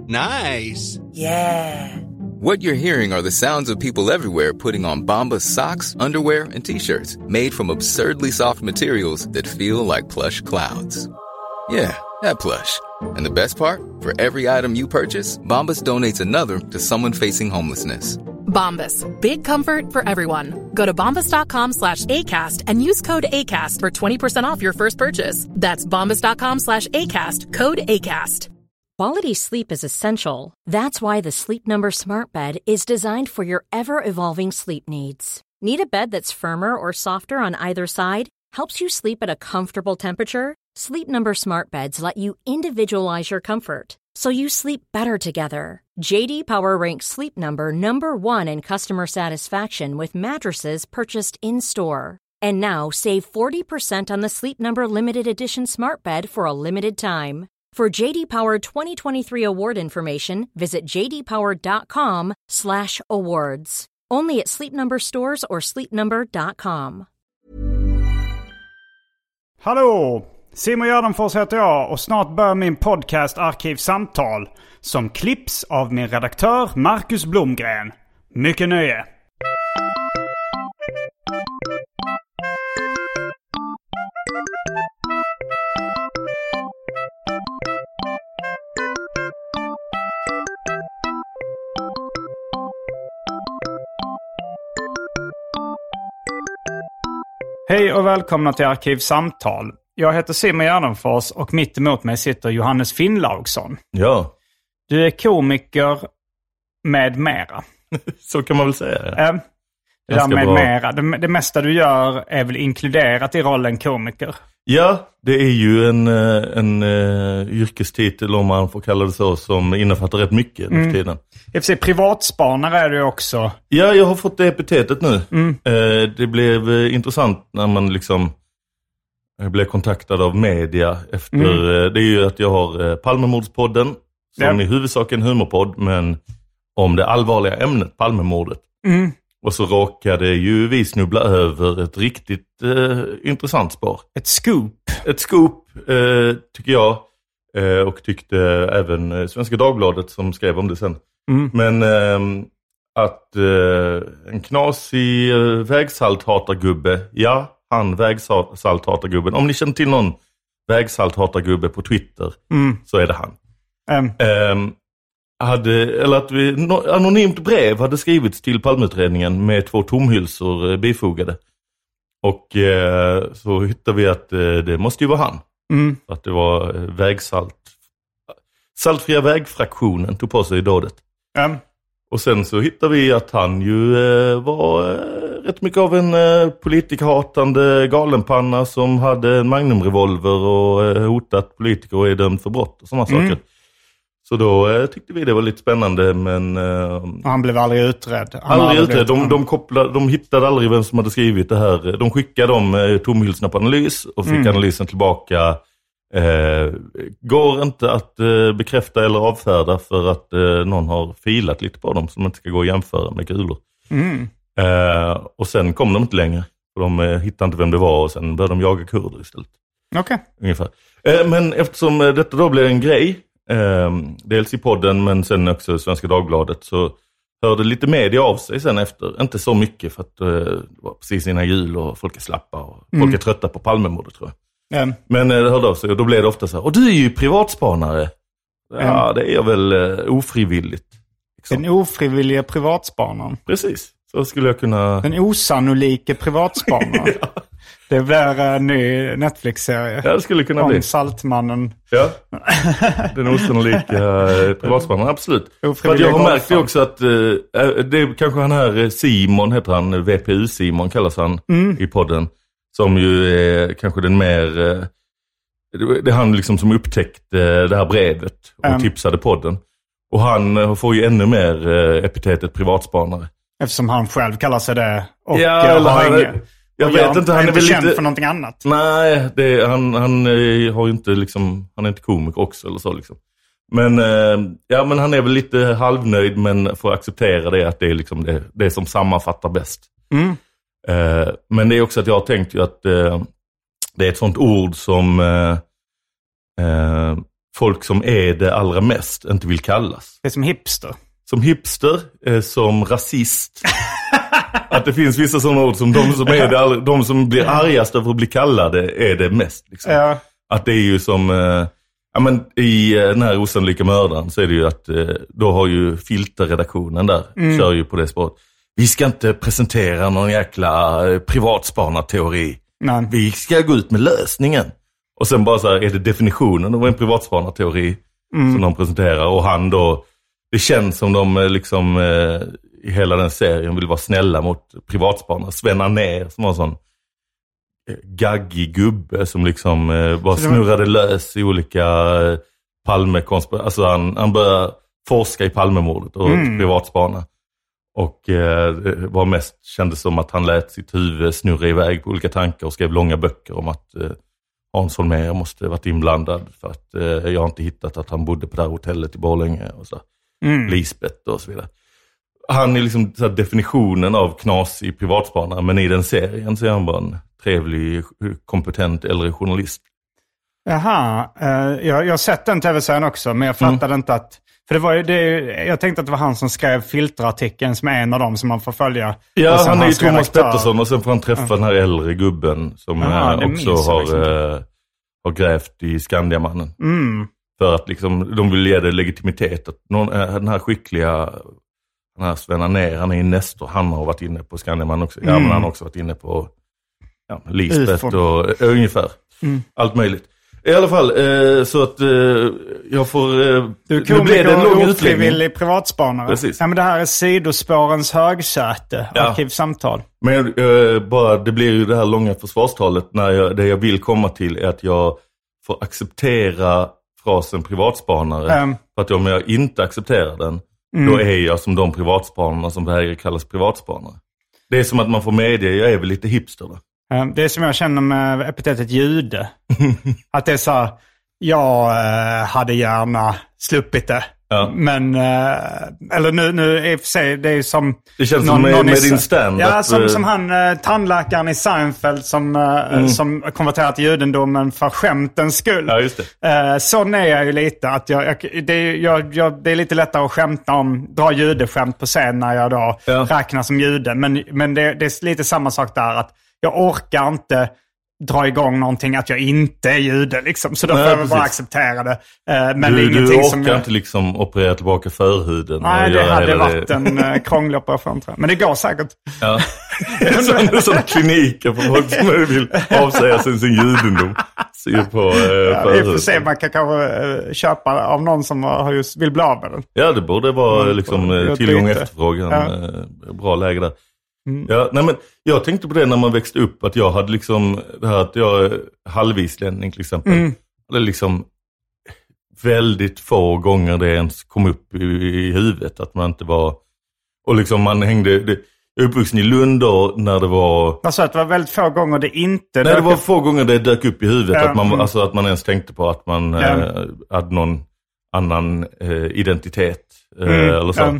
Nice. Yeah. What you're hearing are the sounds of people everywhere putting on Bombas socks, underwear, and T-shirts made from absurdly soft materials that feel like plush clouds. Yeah, that plush. And the best part? For every item you purchase, Bombas donates another to someone facing homelessness. Bombas. Big comfort for everyone. Go to bombas.com/ACAST and use code ACAST for 20% off your first purchase. That's bombas.com/ACAST. Code ACAST. Quality sleep is essential. That's why the Sleep Number Smart Bed is designed for your ever-evolving sleep needs. Need a bed that's firmer or softer on either side? Helps you sleep at a comfortable temperature? Sleep Number Smart Beds let you individualize your comfort, so you sleep better together. JD Power ranks Sleep Number #1 in customer satisfaction with mattresses purchased in-store. And now, save 40% on the Sleep Number Limited Edition Smart Bed for a limited time. For JD Power 2023 award information, visit jdpower.com/awards. Only at Sleep Number stores or sleepnumber.com. Hallå! Simon Gärdenfors heter jag och snart börjar min podcast Arkivsamtal som klipps av min redaktör Marcus Blomgren. Mycket nöje! Hej och välkomna till Arkivsamtal. Jag heter Simon Gärdenfors och mitt emot mig sitter Johannes Finnlaugsson. Ja. Du är komiker med mera. Så kan man väl säga. Det där med mera. Det mesta du gör är väl inkluderat i rollen komiker? Ja, det är ju en yrkestitel, om man får kalla det så, som innefattar rätt mycket nu för tiden. I och för sig privatspanare är du också. Ja, jag har fått det epitetet nu. Det blev intressant när man liksom blev kontaktad av media efter. Det är ju att jag har Palmemordspodden som i huvudsak en humorpodd, men om det allvarliga ämnet Palmemordet. Och så råkade ju vi snubbla över ett riktigt intressant spår. Ett scoop. Ett scoop tycker jag. Och tyckte även Svenska Dagbladet som skrev om det sen. Men att en knasig vägsalthatargubbe, ja, han vägsalthatargubben. Om ni känner till någon vägsalthatargubbe på Twitter så är det han. Eller att anonymt brev hade skrivits till Palmeutredningen med 2 tomhylsor bifogade. Och så hittade vi att det måste ju vara han. Att det var saltfria vägfraktionen tog på sig i dådet. Och sen så hittade vi att han ju var rätt mycket av en politikerhatande galenpanna som hade en magnumrevolver och hotat politiker och är dömd för brott och sådana saker. Så då tyckte vi det var lite spännande, men... han blev aldrig utredd. De hittade aldrig vem som hade skrivit det här. De skickade de tomhylsorna på analys och fick analysen tillbaka. Går inte att bekräfta eller avfärda för att någon har filat lite på dem som inte ska gå och jämföra med kulor. Och sen kom de inte längre. De hittade inte vem det var och sen började de jaga kurder istället. Okej. Ungefär. Men eftersom detta då blev en grej, dels i podden men sen också Svenska Dagbladet, så hörde lite media av sig sen efter. Inte så mycket för att det var precis innan jul och folk är slappa och folk är trötta på Palmemordet, tror jag. Men det hörde av sig och då blev det ofta så här: och du är ju privatspanare. Ja, det är jag väl ofrivilligt. Liksom. Den ofrivilliga privatspanaren. Precis, så skulle jag kunna... Den osannolika privatspanaren. Ja. Det blir en ny Netflix-serie. Ja, det skulle kunna bli. Om Saltmannen. Ja, den osannolika privatspanaren, absolut. För jag har märkt det också att det är kanske han här Simon, heter han, VPU Simon kallas han i podden. Som ju är kanske den mer... Det är han liksom som upptäckte det här brevet och tipsade podden. Och han får ju ännu mer epitetet privatspanare. Eftersom han själv kallar sig det. Och jag vet inte, han är väl känd lite för någonting annat. Nej, han har ju inte liksom, han är inte komiker också eller så liksom. Men men han är väl lite halvnöjd, men får acceptera det, att det är liksom det som sammanfattar bäst. Men det är också att jag har tänkt ju att det är ett sånt ord som folk som är det allra mest inte vill kallas. Det är som hipster. Som hipster, som rasist. Att det finns vissa sådana ord som de som blir argast över att bli kallade är det mest. Liksom. Ja. Att det är ju som... i den här osannolika mördaren så är det ju att då har ju filterredaktionen där, kör ju på det spåret. Vi ska inte presentera någon jäkla privatspanarteori. Nej. Vi ska gå ut med lösningen. Och sen bara så här, är det definitionen av en privatspanarteori som de presenterar. Och han då, det känns som de liksom i hela den serien vill vara snälla mot privatspanare. Sven Anér som var en sån gaggig gubbe som liksom bara snurrade lös i olika Palmekonspirationer. Alltså han började forska i Palmemordet och privatspana. Och var mest kändes som att han lät sitt huvud snurra iväg på olika tankar och skrev långa böcker om att Hans Holmér måste varit inblandad för att jag har inte hittat att han bodde på det här hotellet i Borlänge och så. Lisbeth och så vidare. Han är liksom så här definitionen av knas i privatspanare, men i den serien så är han bara en trevlig, kompetent äldre journalist. Jaha, jag har sett den tv-serien också, men jag fattade inte att... För det var ju jag tänkte att det var han som skrev filterartikeln som är en av dem som man får följa. Ja, han är ju Thomas Pettersson och sen får han träffa den här äldre gubben som också har grävt i Skandiamannen. För att liksom, de vill ge det legitimitet. Att den här skickliga, den här Sven Anér, han är ju Nestor, han har varit inne på Skandiamannen också. Ja, men han har också varit inne på Lisbeth och ungefär. Allt möjligt. I alla fall, så att jag får... Du är blev det en lång ofrivillig privatspanare. Precis. Ja, men det här är sidospårens högsäte, arkivsamtal. Men bara, det blir ju det här långa försvarstalet när det jag vill komma till är att jag får acceptera frasen privatspanare. För att om jag inte accepterar den, då är jag som de privatspanarna som vägrar kallas privatspanare. Det är som att man får medge, jag är väl lite hipster då. Det är som jag känner med epitetet jude. Att det är så här, jag hade gärna sluppit det. Ja. Men, eller nu i och för sig, det är som... Det känns som med din stand. Ja, som han, tandläkaren i Seinfeld som konverterat till judendomen för skämtens skull. Ja, just det. Sån är jag ju lite. Att det är lite lättare att skämta om, dra judeskämt på scen när jag då räknar som jude. Men det är lite samma sak där, att jag orkar inte dra igång någonting att jag inte är jude liksom. Så då får jag bara acceptera det. Men det är ingenting du som orkar inte liksom operera tillbaka förhuden. Nej, det hade varit en krånglig operation, tror jag. Men det går säkert. Ja. Sådana kliniker för folk som vill avsäga sig sin judendom. Ser på förhuden. I och för sig, man kan kanske köpa av någon som just vill bli av med den. Ja, det borde vara liksom tillgång och efterfrågan. Bra läge där. Ja, nej men jag tänkte på det när man växte upp, att jag hade liksom det här att jag är halvislänning till exempel. Det är liksom väldigt få gånger det ens kom upp i huvudet att man inte var, och liksom man hängde, jag är uppvuxen i Lund då när det var... Alltså att det var väldigt få gånger det inte... Nej, det var få gånger det dök upp i huvudet att man, alltså att man ens tänkte på att man hade någon annan identitet eller så.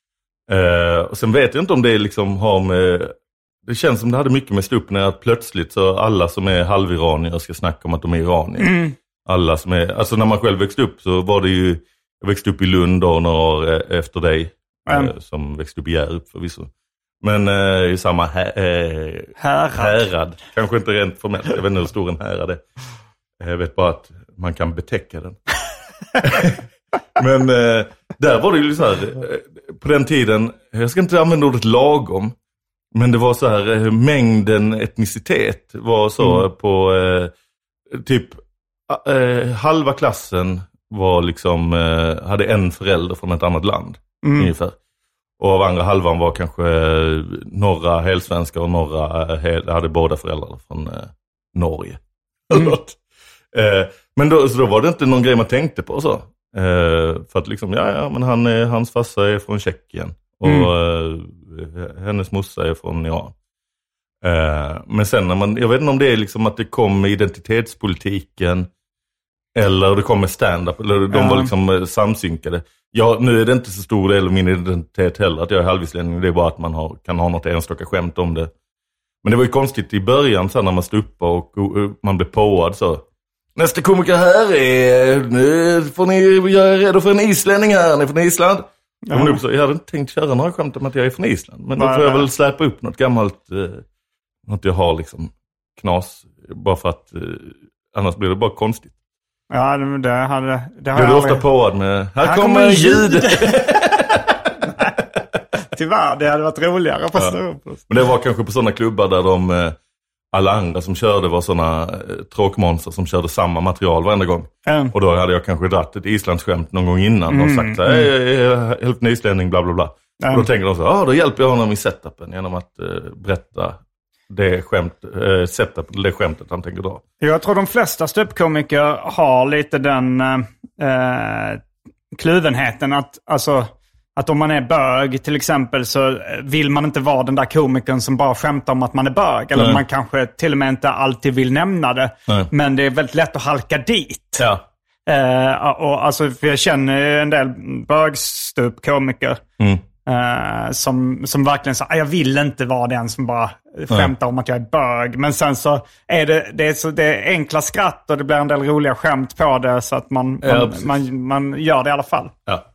Och sen vet jag inte om det liksom har med... Det känns som det hade mycket med stå när att plötsligt så alla som är halviranier ska snacka om att de är iranier. Alla som är... Alltså när man själv växte upp så var det ju... Jag växte upp i Lund då några år efter dig. Som växte upp i Hjärup förvisso. Men i samma härad. Kanske inte rent formellt. Jag vet inte hur stor en härad är. Jag vet bara att man kan betäcka den. Men där var det ju så här, på den tiden, jag ska inte använda ordet lagom, men det var så här, mängden etnicitet var så på typ halva klassen var liksom, hade en förälder från ett annat land ungefär. Och av andra halvan var kanske några helsvenskar och några hade båda föräldrar från Norge. Men då var det inte någon grej man tänkte på så. För att liksom, men hans farsa är från Tjeckien och hennes morsa är från Iran. Men sen när jag vet inte om det är liksom att det kom med identitetspolitiken eller det kom med stand-up, eller de var liksom samsynkade. Ja, nu är det inte så stor del av min identitet heller att jag är halvislänning, det är bara att man kan ha något enstaka skämt om det. Men det var ju konstigt i början så när man stod upp och man blev påad så. Nästa komiker här är... Nu får ni göra redo för en islänning här. Ni är från Island. Jag hade inte tänkt köra några skämt om att jag är från Island. Men då får jag väl släppa upp något gammalt... något jag har liksom knas. Bara för att... annars blir det bara konstigt. Ja, det har jag ofta påad med... Här kommer ljud! Tyvärr, det hade varit roligare på Men det var kanske på sådana klubbar där alla andra som körde var sådana tråkmånsar som körde samma material varenda gång. Och då hade jag kanske dratt ett islandsskämt någon gång innan och sagt jag är helt islänning, bla bla bla. Och då tänker de så, då hjälper jag honom i setupen genom att berätta det skämtet han tänker dra. Jag tror de flesta ståuppkomiker har lite den kluvenheten att om man är bög till exempel så vill man inte vara den där komikern som bara skämtar om att man är bög. Eller man kanske till och med inte alltid vill nämna det. Nej. Men det är väldigt lätt att halka dit. Ja. För jag känner en del bögståuppkomiker som verkligen säger jag vill inte vara den som bara skämtar om att jag är bög. Men sen så är det är enkla skratt och det blir en del roliga skämt på det så att man gör det i alla fall. Ja.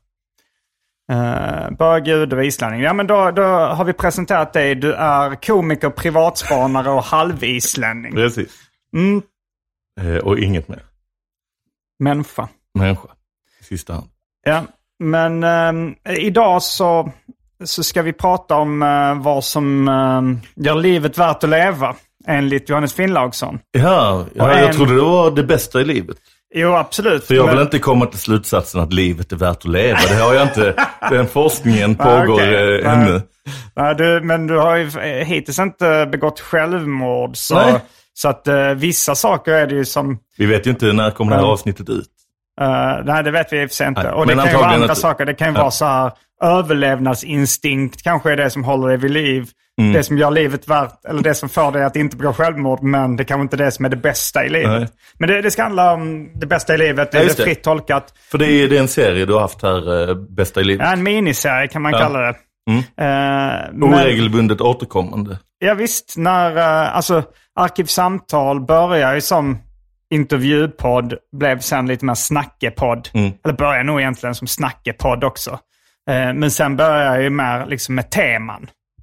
Bög, jude och islänning. Ja, men då har vi presenterat dig. Du är komiker, privatspanare och halvislänning. Precis. Och inget mer. Människa. I sista hand. Ja, men idag så ska vi prata om vad som gör livet värt att leva enligt Johannes Finnlaugsson. Ja, jag trodde det var det bästa i livet. Jo, absolut. För jag vill inte komma till slutsatsen att livet är värt att leva. Det har jag inte. Den forskningen pågår ännu. Men du har ju hittills inte begått självmord. Så att vissa saker är det ju som... Vi vet ju inte när kommer det här avsnittet ut. Nej, det vet vi i och för sig inte. Nej, och det kan ju vara andra saker. Det kan ju vara så här överlevnadsinstinkt kanske är det som håller dig vid liv. Det som gör livet värt, eller det som får dig att inte begå självmord, men det kanske inte är det som är det bästa i livet. Nej. Men det ska handla om det bästa i livet, det är fritt tolkat. För det är en serie du har haft här, bästa i livet. Ja, en miniserie kan man kalla det. Oregelbundet återkommande. Ja visst, när Arkivsamtal börjar ju som intervjupodd, blev sen lite mer snackepodd. Eller börjar nog egentligen som snackepodd också. Men sen börjar ju mer liksom med teman.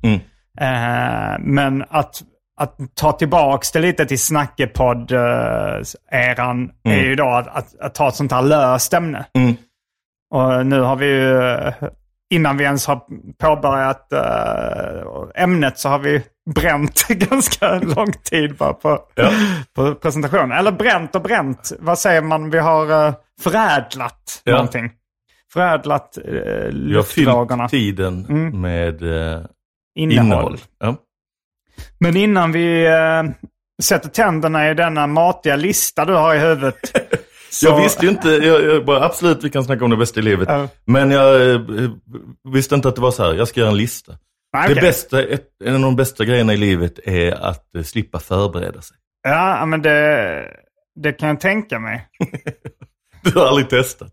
Men att ta tillbaks det lite till snackepodd-eran är ju då att ta ett sånt här löst ämne. Och nu har vi ju, innan vi ens har påbörjat ämnet så har vi bränt ganska lång tid bara på presentationen. Eller bränt. Vad säger man? Vi har förädlat någonting. Förädlat luftlagarna. Vi har fyllt tiden med innehåll. Ja. Men innan vi sätter tänderna i denna matiga lista du har i huvudet. Jag visste ju inte, absolut vi kan snacka om det bästa i livet. Men jag visste inte att det var så här, jag ska göra en lista. Okay. Det bästa, en av de bästa grejerna i livet är att slippa förbereda sig. Ja, men det kan jag tänka mig. Du har aldrig testat.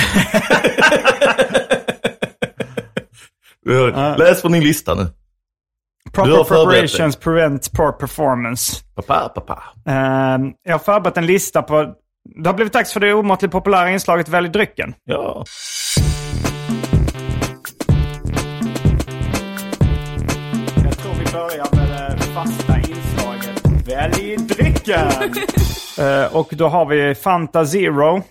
Läs från din lista nu. Proper preparations prevent poor performance. Pappa. Jag har förberett en lista på... Det har blivit dags för det omåttligt populära inslaget Välj drycken. Ja. Jag tror vi börjar med det fasta inslaget Välj drycken. Och då har vi Fanta Zero.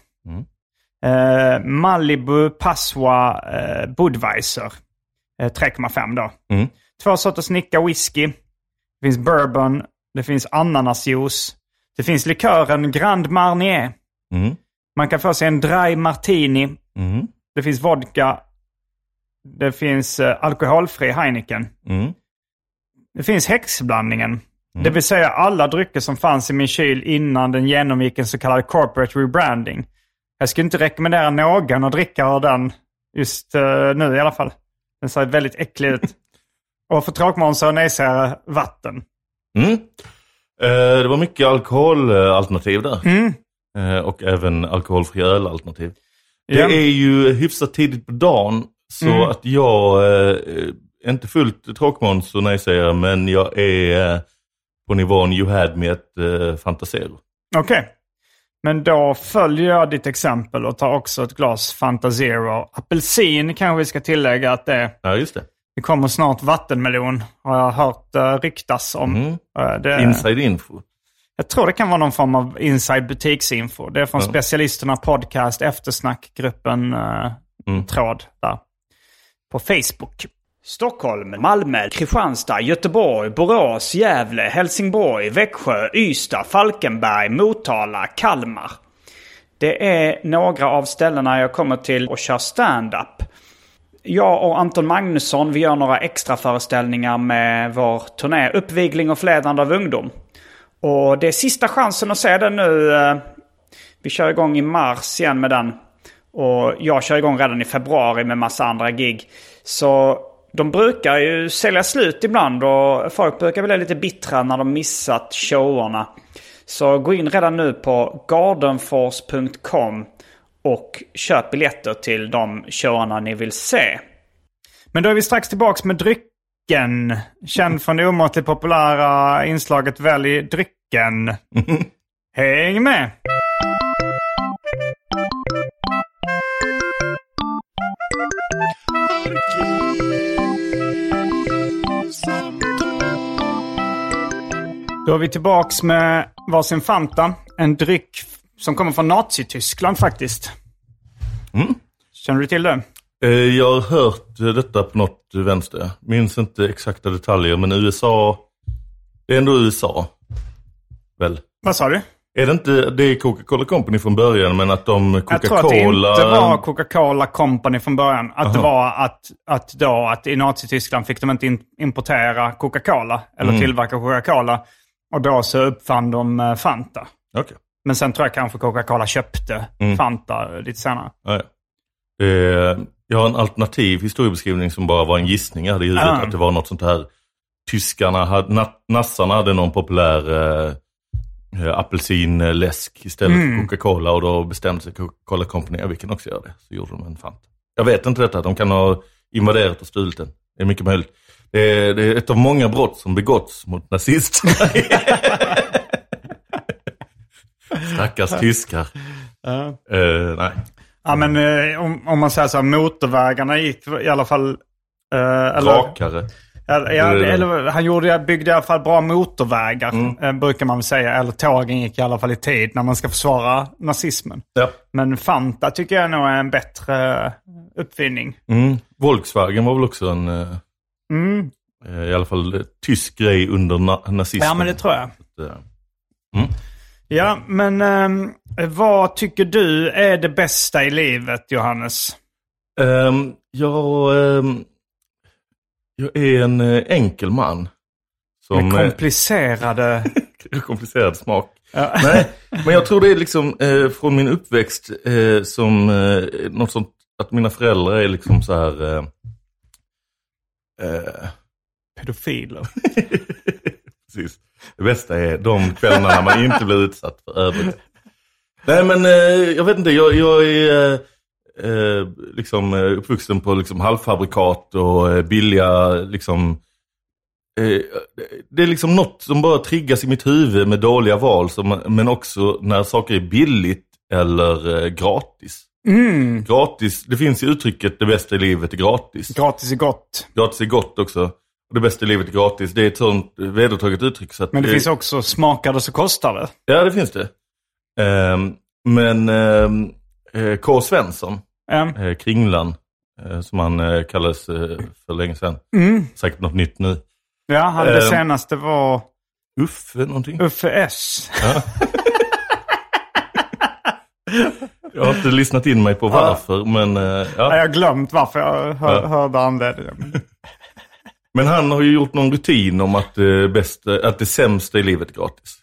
Malibu Passoa Budweiser 3,5 då. 2 sorters nicka whisky. Det finns bourbon. Det finns ananasjuice. Det finns likören Grand Marnier. Man kan få sig en dry martini. Det finns vodka. Det finns alkoholfri Heineken. Det finns häxblandningen. Det vill säga alla drycker som fanns i min kyl innan den genomgick en så kallad corporate rebranding. Jag skulle inte rekommendera någon att dricka av den just nu i alla fall. Den ser väldigt äcklig ut. Och för tråkmånsar och nejsägare vatten. Det var mycket alkoholalternativ där. Och även alkoholfri ölalternativ. Det är ju hyfsat tidigt på dagen. Så att jag är inte fullt tråkmåns och nejsägare. Men jag är på nivån you had me att fantasera. Okej. Men då följer jag ditt exempel och tar också ett glas Fanta Zero. Apelsin kanske vi ska tillägga att det är. Ja, just det. Det kommer snart vattenmelon, har jag hört ryktas om. Inside info. Jag tror det kan vara någon form av inside butiksinfo. Det är från specialisterna podcast, eftersnackgruppen tråd där på Facebook. Stockholm, Malmö, Kristianstad, Göteborg, Borås, Gävle, Helsingborg, Växjö, Ystad, Falkenberg, Motala, Kalmar. Det är några av ställena jag kommer till och kör stand-up. Jag och Anton Magnusson, vi gör några extra föreställningar med vår turné Uppvigling och förledande av ungdom. Och det är sista chansen att se den nu. Vi kör igång i mars igen med den. Och jag kör igång redan i februari med massa andra gig. Så de brukar ju sälja slut ibland och folk brukar bli lite bittra när de missat showerna. Så gå in redan nu på gardenforce.com och köp biljetter till de showerna ni vill se. Men då är vi strax tillbaka med drycken. Känd från det omåttligt populära inslaget Välj drycken. Häng med! Då är vi tillbaks med varsin Fanta. En dryck som kommer från Nazityskland faktiskt. Känner du till det? Jag har hört detta på något vänster. Minns inte exakta detaljer, men USA... Det är ändå USA. Väl? Vad sa du? Är det inte det är Coca-Cola Company från början, men att de Coca-Cola... Jag tror att det inte var Coca-Cola Company från början. Att det var att i Nazityskland fick de inte importera Coca-Cola eller tillverka Coca-Cola. Och då så uppfann de Fanta. Okay. Men sen tror jag kanske Coca-Cola köpte Fanta lite senare. Ja. Jag har en alternativ historiebeskrivning som bara var en gissning. Jag hade i huvudet att det var något sånt här. Nassarna hade någon populär apelsinläsk istället för Coca-Cola. Och då bestämde sig Coca-Cola Company, vi kan också göra det. Så gjorde de en Fanta. Jag vet inte detta, att de kan ha invaderat och stulit den. Det är mycket möjligt. Det är ett av många brott som begåtts mot nazisterna. Stackars tyskar. Nej. Ja, men om man säger så här, motorvägarna gick i alla fall... Rakare. Eller han byggde i alla fall bra motorvägar, brukar man väl säga. Eller tågen gick i alla fall i tid när man ska försvara nazismen. Ja. Men Fanta tycker jag nog är en bättre uppfinning. Volkswagen var väl också en... I alla fall tysk grej under nazismen. Ja, men det tror jag. Ja, men vad tycker du är det bästa i livet, Johannes? Jag är en enkel man. Med komplicerade... komplicerad smak. Ja. Nej, men jag tror det är liksom från min uppväxt som något sånt, att mina föräldrar är liksom så här... pedofiler. Precis. Det bästa är de kvällarna när man inte blir utsatt för övergrepp. Nej, men jag vet inte, jag är liksom uppvuxen på liksom halvfabrikat och billiga liksom... det är liksom något som bara triggas i mitt huvud med dåliga val, men också när saker är billigt eller gratis. Gratis, det finns i uttrycket det bästa i livet är gratis. Gratis är gott. Gratis är gott också. Och det bästa i livet är gratis. Det är ett sånt vedertaget uttryck. Så att men det finns också smakade så kostar det. Ja, det finns det. Men K. Svensson, Kringlan, som han kallades för länge sedan. Säkert något nytt nu. Ja, det senaste var... Uffe någonting. Uffe S. Ja. Jag har inte lyssnat in mig på varför, men... Ja. Jag har glömt varför jag hörde anledningen. Men han har ju gjort någon rutin om att det sämsta i livet är gratis.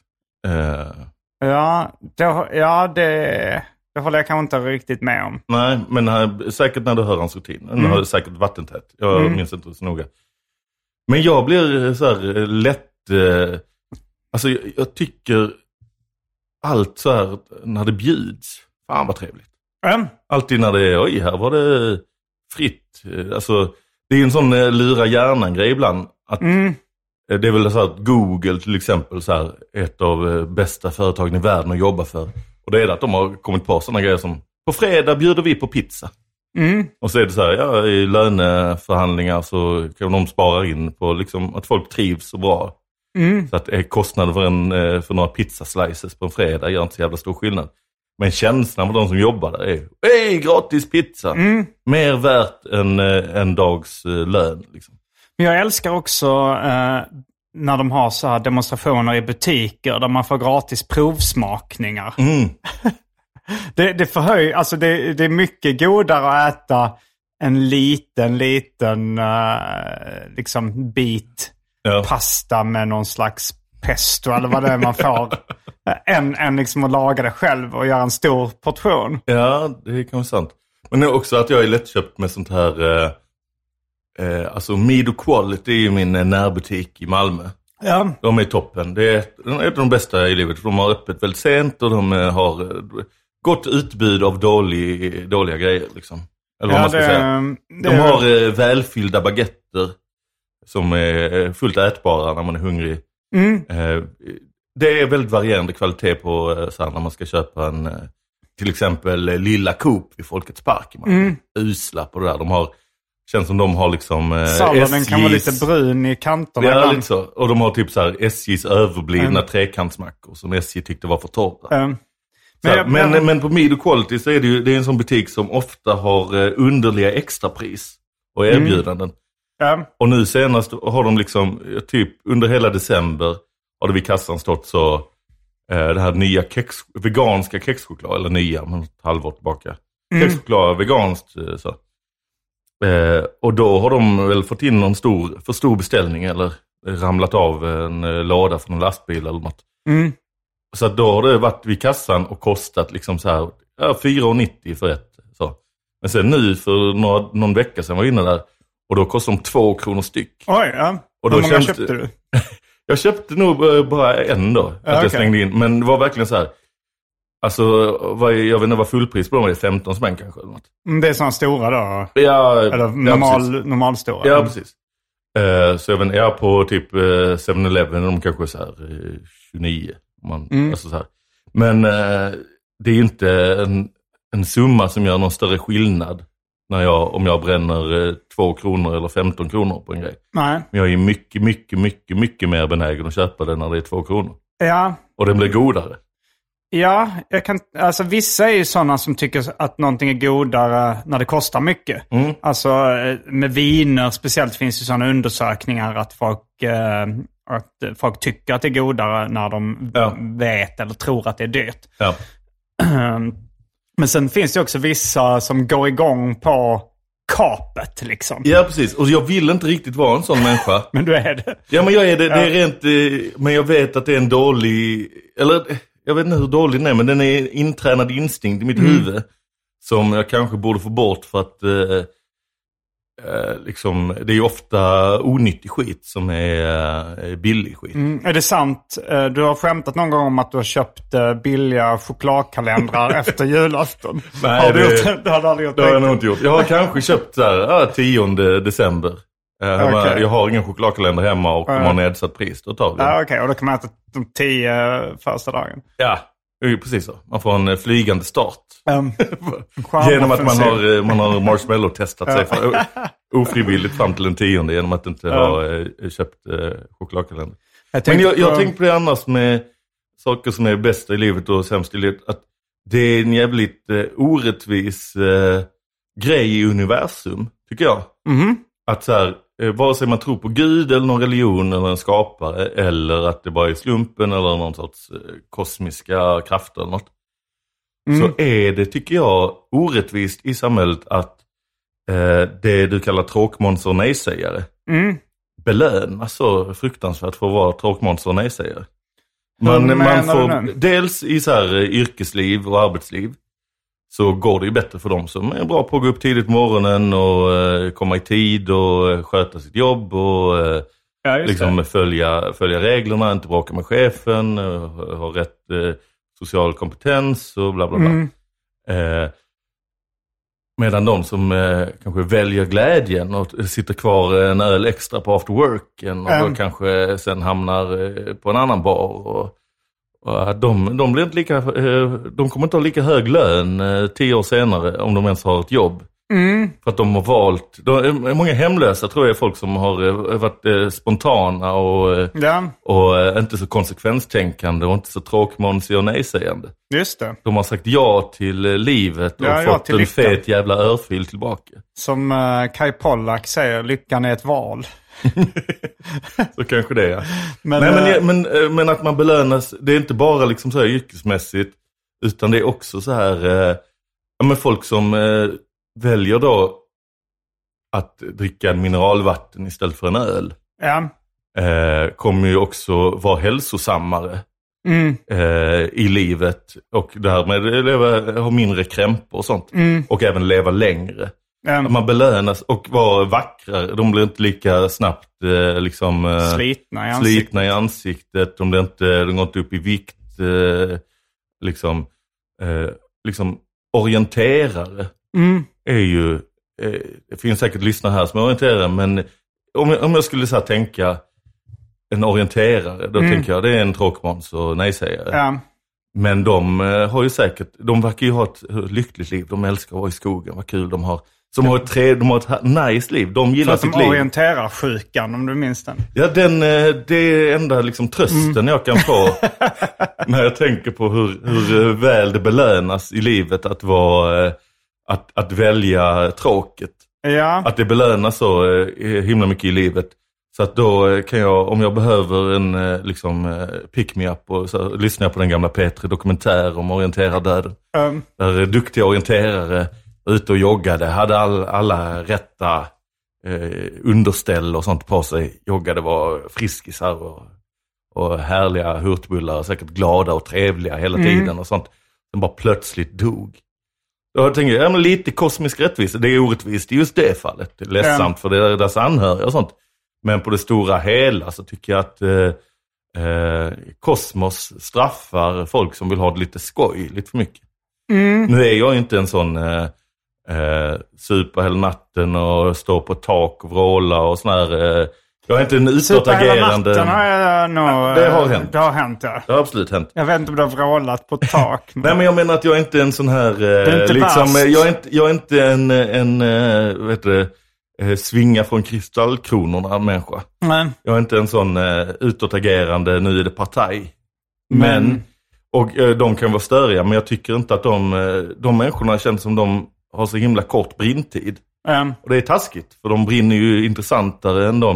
Det håller jag kanske inte riktigt med om. Nej, men säkert när du hör hans rutin. Den har säkert vattentät. Jag minns inte så noga. Men jag blir så här lätt... alltså jag tycker allt så här när det bjuds. Fan vad trevligt. Alltid när det är, här var det fritt. Alltså det är en sån lura hjärnan-grej ibland. Att det är väl så att Google till exempel så här, ett av bästa företagen i världen att jobba för. Och det är att de har kommit på sådana grejer som på fredag bjuder vi på pizza. Och så är det så här, i löneförhandlingar så kan de spara in på liksom att folk trivs så bra. Så att kostnaden för några pizzaslices på en fredag gör inte så jävla stor skillnad. Men känslan för de som jobbar där är gratis pizza. Mer värt än en dags lön. Liksom. Men jag älskar också när de har så här demonstrationer i butiker där man får gratis provsmakningar. Det förhöjer, alltså det är mycket godare att äta en liten liksom bit pasta med någon slags pesto eller vad det är man får än liksom att laga det själv och göra en stor portion. Ja, det är kanske sant. Men det är också att jag är lättköpt med sånt här alltså Mido Quality är ju min närbutik i Malmö. Ja. De är toppen. Det är ett av de bästa i livet. De har öppet väldigt sent och de har gott utbud av dåliga grejer liksom. Eller vad man ska säga. De har välfyllda baguetter som är fullt ätbara när man är hungrig. Det är väldigt varierande kvalitet på så här, när man ska köpa en till exempel Lilla Coop i Folkets park. Usla på det där. De har, känns som de har liksom salladen kan vara lite brun i kanterna. Ja, lite så. Och de har typ så här SJs överblivna trekantsmackor som SJ tyckte var för torra. Men på Mido Quality så är det är en sån butik som ofta har underliga extrapris och erbjudanden. Och nu senast har de liksom typ under hela december har det vid kassan stått så det här nya veganska kexchoklad, eller nya, men ett halvår tillbaka. Kexchoklad, veganskt så. Och då har de väl fått in någon för stor beställning eller ramlat av en låda från en lastbil eller något. Så då har det varit vid kassan och kostat liksom så här 4,90 för ett. Så. Men sen nu för någon vecka sedan var jag inne där och då kostar de 2 kronor styck. Oj, ja. Och då hur många köpte du? Jag köpte nog bara en då. Jag slängde in. Men det var verkligen så här. Alltså, jag vet inte vad fullpris på dem är. 15 spänn kanske eller något. Det är sådana stora då? Ja. Eller normalstora? Ja, precis. Så jag vet inte, på typ 7-Eleven de kanske så här 29. Alltså så här. Men det är ju inte en summa som gör någon större skillnad om jag bränner 2 kronor eller 15 kronor på en grej. Nej. Men jag är mycket mer benägen att köpa det när det är 2 kronor. Ja. Och den blir godare. Ja, alltså vissa är ju sådana som tycker att någonting är godare när det kostar mycket. Alltså med viner speciellt finns ju sådana undersökningar att folk tycker att det är godare när de vet eller tror att det är dyrt. Ja. Men sen finns det också vissa som går igång på kapet liksom. Ja, precis. Och jag vill inte riktigt vara en sån människa. Men du är det. Ja, men jag är det. Det är rent, men jag vet att det är en dålig, eller jag vet inte hur dålig den är, men den är intränad instinkt i mitt huvud som jag kanske borde få bort för att liksom, det är ju ofta onyttig skit som är billig skit. Är det sant? Du har skämtat någon gång om att du har köpt billiga chokladkalendrar efter julafton. Nej, har du gjort det? Det har du aldrig gjort. Det har jag nog inte gjort. Jag har kanske köpt där 10 december. Okay. Jag har ingen chokladkalender hemma och de har nedsatt pris. Okej, och då kan man äta de 10 första dagen. Ja, precis så. Man får en flygande start. Genom att man har marshmallow-testat sig för ofrivilligt fram till den 10:e genom att inte ha köpt chokladkalender. Men jag tänkte på det annars med saker som är bästa i livet och sämst i livet. Att det är en jävligt orättvis grej i universum, tycker jag. Att så här, vare sig man tror på Gud eller någon religion eller en skapare eller att det bara är slumpen eller någon sorts kosmiska krafter eller något. Så är det, tycker jag, orättvist i samhället att det du kallar tråkmånsar och nejsägare belönas så fruktansvärt för att vara tråkmånsar och nejsägare. Man får dels i så här yrkesliv och arbetsliv så går det ju bättre för dem som är bra på att gå upp tidigt på morgonen och komma i tid och sköta sitt jobb och liksom följa reglerna, inte bråka med chefen, ha rätt social kompetens och bla bla bla. Medan de som kanske väljer glädjen och sitter kvar en öl extra på afterworken och då kanske sen hamnar på en annan bar De blir inte lika, de kommer inte ha lika hög lön 10 år senare om de ens har ett jobb. För att de har valt, många hemlösa tror jag är folk som har varit spontana och inte så konsekvenstänkande och inte så tråkmånsiga och nej-sägande. Just det. De har sagt ja till livet och fått en fet jävla örfil tillbaka. Som Kai Pollak säger, lyckan är ett val. Så kanske det är. Men att man belönas, det är inte bara liksom så här yrkesmässigt, utan det är också så här men folk som väljer då att dricka mineralvatten istället för en öl. Ja. Kommer ju också vara hälsosammare i livet och därmed ha mindre krämpor och sånt. Och även leva längre. Man belönas och vara vackrare. De blir inte lika snabbt liksom, slitna i ansiktet. De går inte upp i vikt. Liksom orienterare är ju... det finns säkert lyssnare här som är orienterare, men om jag skulle så här tänka en orienterare, då tänker jag det är en tråkmåns och nej-sägare. Ja. Men de har ju säkert... De verkar ju ha ett lyckligt liv. De älskar att vara i skogen, vad kul de har. De har ett nice liv. De gillar sitt liv. De orienterar sjukan, om du minns den. Ja, det är enda liksom trösten jag kan få när jag tänker på hur väl det belönas i livet att vara att välja tråket. Ja. Att det belönas så himla mycket i livet. Så att då kan jag, om jag behöver en liksom pick-me-up och så lyssnar jag på den gamla Petri dokumentär om orienterardöden. Där duktiga orienterare ute och joggade, hade alla rätta underställ och sånt på sig. Joggade, var friskisar och härliga hurtbullar, säkert glada och trevliga hela tiden och sånt. De bara plötsligt dog. Då tänker jag, men lite kosmisk rättvisa, det är orättvist i just det fallet. Det är ledsamt för deras anhöriga och sånt. Men på det stora hela så tycker jag att kosmos straffar folk som vill ha det lite skoj, lite för mycket. Nu är jag inte en sån super hela natten och stå på tak och vråla och sån här. Jag är inte en utåtagerande. Det har hänt. Det har hänt, ja. Det har absolut hänt. Jag vet inte om du har vrålat på tak. Men... Nej, men jag menar att jag är inte en sån här liksom, jag är inte en vet du, svinga från kristallkronorna människa. Nej. Jag är inte en sån utåtagerande, nu är det partaj. Men och de kan vara störiga, men jag tycker inte att de människorna känns som de har så himla kort brintid. Och det är taskigt, för de brinner ju intressantare än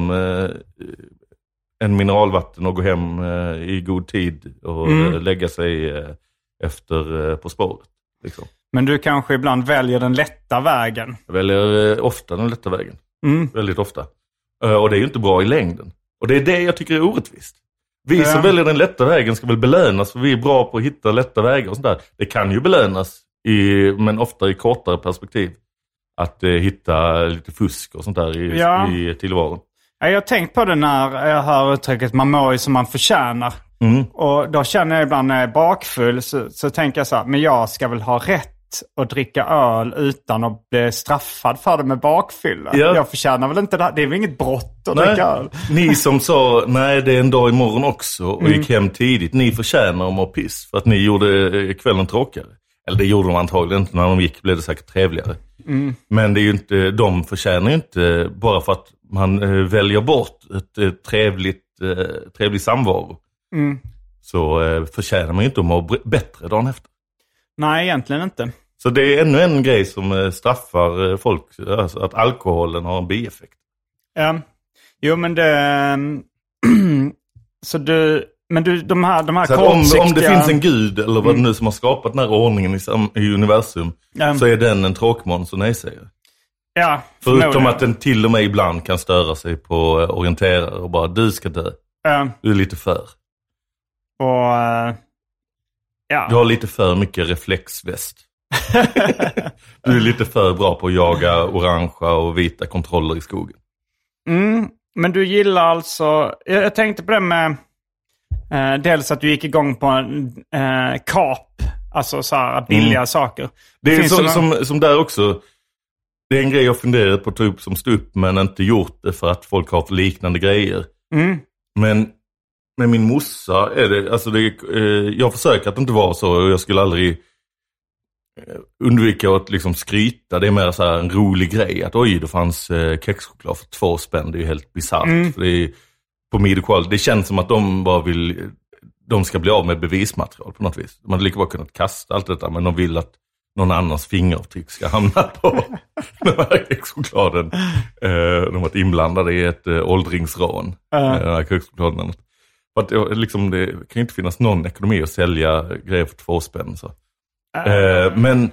en mineralvatten och gå hem i god tid och lägga sig efter På spåret. Liksom. Men du kanske ibland väljer den lätta vägen? Jag väljer ofta den lätta vägen. Väldigt ofta. Och det är ju inte bra i längden. Och det är det jag tycker är orättvist. Vi som väljer den lätta vägen ska väl belönas, för vi är bra på att hitta lätta vägar och sånt där. Det kan ju belönas, men ofta i kortare perspektiv. Att hitta lite fusk och sånt där i tillvaron. Jag har tänkt på det när jag hör uttrycket man mår ju som man förtjänar. Och då känner jag ibland när jag är bakfull så tänker jag så här, men jag ska väl ha rätt att dricka öl utan att bli straffad för det med bakfylla. Ja. Jag förtjänar väl inte det här. Det är väl inget brott att dricka öl. Ni som sa, nej det är en dag imorgon också och gick hem tidigt. Ni förtjänar att må piss för att ni gjorde kvällen tråkigare. Eller det gjorde de antagligen inte. När de gick blev det säkert trevligare. Men det är ju inte, de förtjänar ju inte bara för att man väljer bort ett trevlig samvaro. Så förtjänar man ju inte att må bättre dagen efter. Nej, egentligen inte. Så det är ännu en grej som straffar folk, alltså att alkoholen har en bieffekt. Ja, jo men det... så du... Men du, de här så kortsiktiga... Om det finns en gud eller vad det nu som har skapat den här ordningen i universum, så är den en tråkmåns och nej-sägare. Ja, förutom att den till och med ibland kan störa sig på orienterare och bara, du ska dö. Du är lite för. Och... Du har lite för mycket reflexväst. Du är lite för bra på att jaga orangea och vita kontroller i skogen. Men du gillar alltså... Jag tänkte på det med... dels att du gick igång på kap. Alltså så här billiga saker. Det är som där också. Det är en grej jag funderat på att ta upp som stå upp, men inte gjort det för att folk har liknande grejer. med min morsa är det, alltså jag försöker att inte vara så, och jag skulle aldrig undvika att liksom skryta. Det är mer så här en rolig grej att oj, det fanns kexchoklad för 2 spänn. Det är ju helt bisarrt. För det är, på Midqual, det känns som att de ska bli av med bevismaterial på något vis. De hade lika bra kunnat kasta allt detta, men de vill att någon annans fingeravtryck ska hamna på den här kexchokladen. De har varit inblandade i ett åldringsrån. Den här kexchokladen. För att liksom, det kan ju inte finnas någon ekonomi att sälja grejer för 2 spänn. Så. Men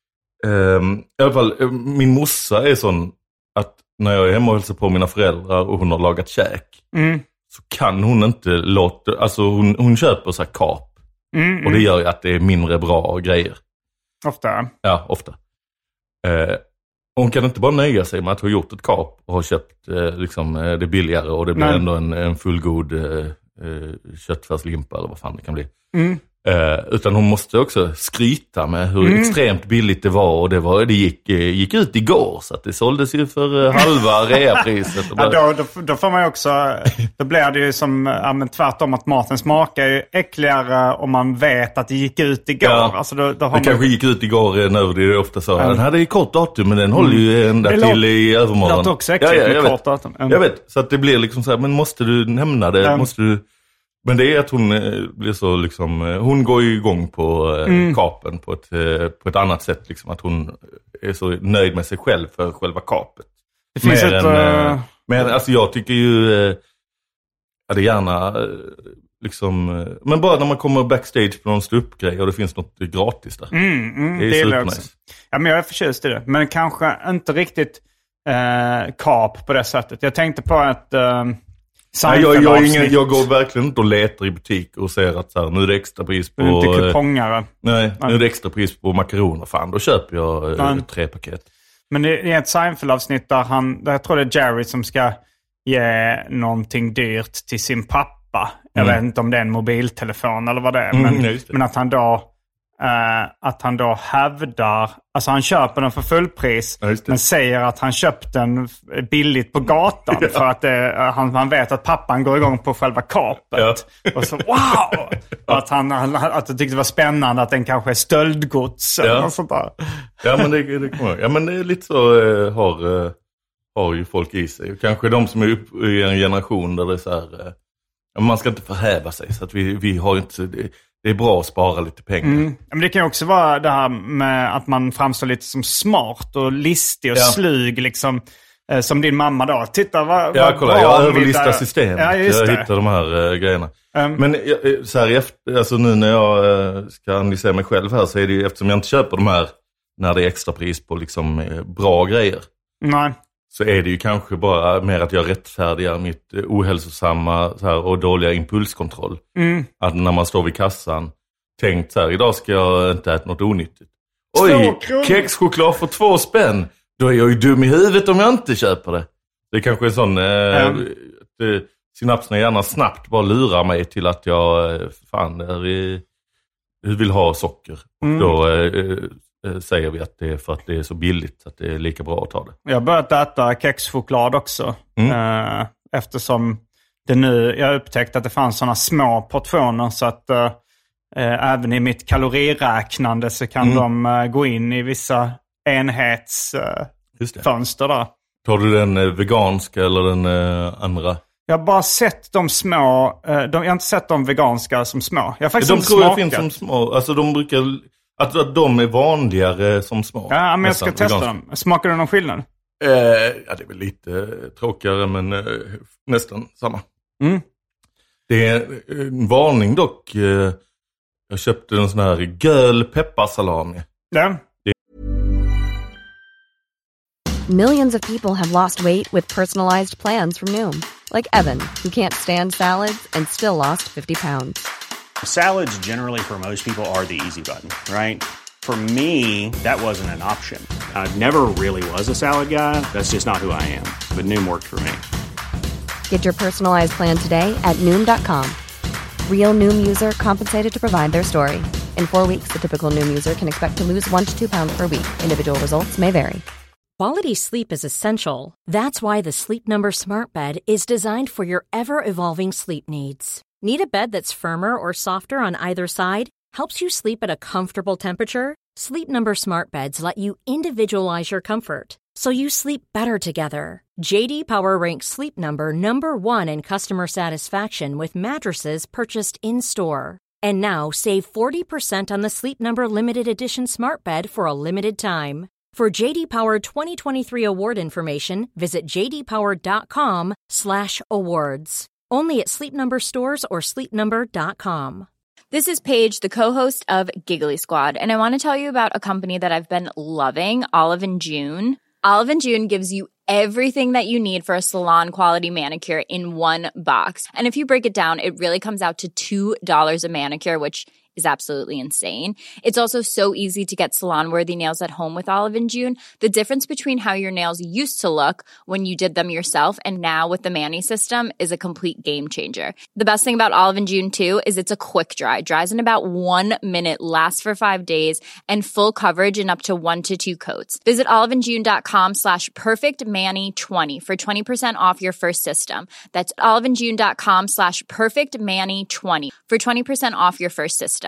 i alla fall, min morsa är sån att när jag är hemma och hälsar på mina föräldrar och hon har lagat käk, så kan hon inte låta, alltså hon köper så här kap. Och det gör ju att det är mindre bra grejer. Ofta. Ja, ofta. Hon kan inte bara nöja sig med att ha gjort ett kap och ha köpt liksom, det billigare och det blir ändå en fullgod köttfärslimpa eller vad fan det kan bli. Utan hon måste också skryta med hur extremt billigt det var, och det gick ut igår, så att det såldes ju för halva reapriset. Då får man ju också, då blir det ju som tvärtom, att maten smakar ju äckligare om man vet att det gick ut igår. Ja, alltså då har det man... kanske gick ut igår när det är ofta så. Den här är kort datum, men den håller ju ända till i övermorgon. Det låter också äckligt med kort datum. Jag vet, så att det blir liksom så här, men måste du nämna det? Måste du... Men det är att hon blir så liksom, hon går ju igång på kapen på ett annat sätt liksom, att hon är så nöjd med sig själv för själva kapet. Det finns men alltså jag tycker ju det gärna liksom, men bara när man kommer backstage på någon ståuppgrej och det finns något gratis där. Det är supernice. Ja, men jag är förtjust i det, men kanske inte riktigt kap på det sättet. Jag tänkte på att jag går verkligen inte och letar i butik och ser att så här, nu är det extra pris på... Inte kupongare. Nej, nu är det extra pris på makaroner. Fan, då köper jag 3 paket. Men det är ett Seinfeld-avsnitt där jag tror det är Jerry som ska ge någonting dyrt till sin pappa. Jag vet inte om det är en mobiltelefon eller vad det är. Men att han då hävdar, alltså han köper den för fullpris, men säger att han köpt den billigt på gatan för att han vet att pappan går igång på själva kapet. Och så wow! Att han tyckte det var spännande att den kanske är stöldgods eller något sånt där. Ja, men det kommer jag. Ja, men det är lite så har ju folk i sig. Kanske de som är uppe i en generation där det är så här, man ska inte förhäva sig, så att vi har inte... Det är bra att spara lite pengar. Men det kan ju också vara det här med att man framstår lite som smart och listig och slug liksom. Som din mamma då. Titta vad kolla, bra jag överlistar systemet. Ja, jag hittar de här grejerna. Men så här, alltså nu när jag ska analysera mig själv här, så är det ju, eftersom jag inte köper de här när det är extra pris på liksom bra grejer. Nej. Så är det ju kanske bara mer att jag rättfärdigar mitt ohälsosamma så här, och dåliga impulskontroll. Att när man står vid kassan, tänkt så här, idag ska jag inte äta något onyttigt. Oj, kexchoklad för 2 spänn. Då är jag ju dum i huvudet om jag inte köper det. Det är kanske en sån... synapserna gärna snabbt bara lurar mig till att jag vill ha socker. Och då säger vi att det är för att det är så billigt att det är lika bra att ta det. Jag har börjat äta kexchoklad också. Eftersom jag upptäckte att det fanns sådana små portioner, så att även i mitt kaloriräknande så kan de gå in i vissa enhetsfönster där. Tar du den veganska eller den andra? Jag har bara sett de små. Jag har inte sett de veganska som små. Jag faktiskt de tror jag finns som små. Alltså de brukar... Att de är vanligare som små. Ja, men jag ska testa dem. Smakar du någon skillnad? Ja, det är väl lite tråkigare, men nästan samma. Det är en varning dock. Jag köpte en sån här göl pepparsalami. Ja. Millions of people have lost weight with personalized plans from Noom. Like Evan, who can't stand salads and still lost 50 pounds. Salads generally for most people are the easy button, right? For me, that wasn't an option. I never really was a salad guy. That's just not who I am. But Noom worked for me. Get your personalized plan today at Noom.com. Real Noom user compensated to provide their story. In 4 weeks, the typical Noom user can expect to lose 1 to 2 pounds per week. Individual results may vary. Quality sleep is essential. That's why the Sleep Number Smart Bed is designed for your ever-evolving sleep needs. Need a bed that's firmer or softer on either side? Helps you sleep at a comfortable temperature? Sleep Number Smart Beds let you individualize your comfort, so you sleep better together. JD Power ranks Sleep Number #1 in customer satisfaction with mattresses purchased in-store. And now, save 40% on the Sleep Number Limited Edition Smart Bed for a limited time. For JD Power 2023 award information, visit jdpower.com/awards. Only at Sleep Number stores or sleepnumber.com. This is Paige, the co-host of Giggly Squad, and I want to tell you about a company that I've been loving, Olive & June. Olive & June gives you everything that you need for a salon-quality manicure in one box. And if you break it down, it really comes out to $2 a manicure, which is absolutely insane. It's also so easy to get salon-worthy nails at home with Olive & June. The difference between how your nails used to look when you did them yourself and now with the Mani system is a complete game changer. The best thing about Olive & June, too, is it's a quick dry. Dries in about 1 minute, lasts for 5 days, and full coverage in up to 1 to 2 coats. Visit oliveandjune.com/perfectmani20 for 20% off your first system. That's oliveandjune.com/perfectmani20 for 20% off your first system.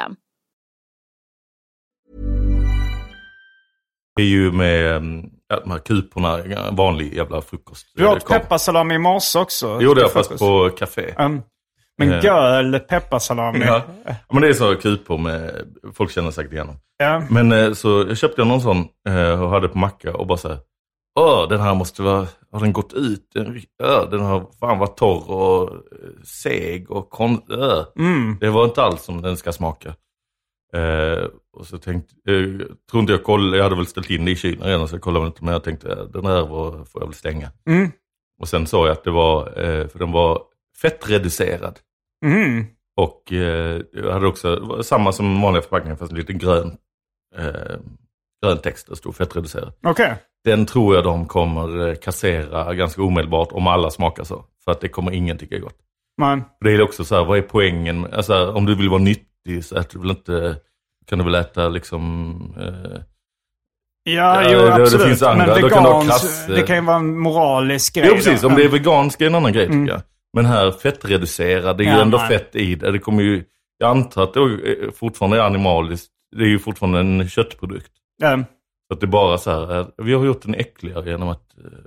Det är ju med de här kuporna, vanlig jävla frukost. Du åt pepparsalami i morse också. Jo, det är fast på café. Men göl pepparsalami. Ja, men det är så kupor med, folk känner säkert igenom. Ja. Men så jag köpte någon sån och hade på macka och bara så här, den här måste vara, har den gått ut? Den har fan varit torr och seg och det var inte alls som den ska smaka. Och så tänkte tror inte jag hade väl ställt in det i kylen redan, så jag kollade inte, men jag tänkte den här får jag väl stänga. Och sen såg jag att det var för den var fettreducerad. Och jag hade också samma som vanliga förpackningar, fast lite grön text, det stod fettreducerad. Okay. Den tror jag de kommer kassera ganska omedelbart om alla smakar så, för att det kommer ingen tycka är gott. Man. Det är också så här, vad är poängen? Alltså, om du vill vara nyttig så att du väl inte, kan du väl äta liksom absolut. Det finns andra. Men vegans, det kan ju vara en moralisk grej. Jo, precis. Om det är vegansk är en annan grej tycker jag. Men här fettreducerad, det är ju ändå fett i det. Det kommer ju, jag antar att det fortfarande är animaliskt. Det är ju fortfarande en köttprodukt. Så att det är bara så här, vi har gjort den äckligare genom att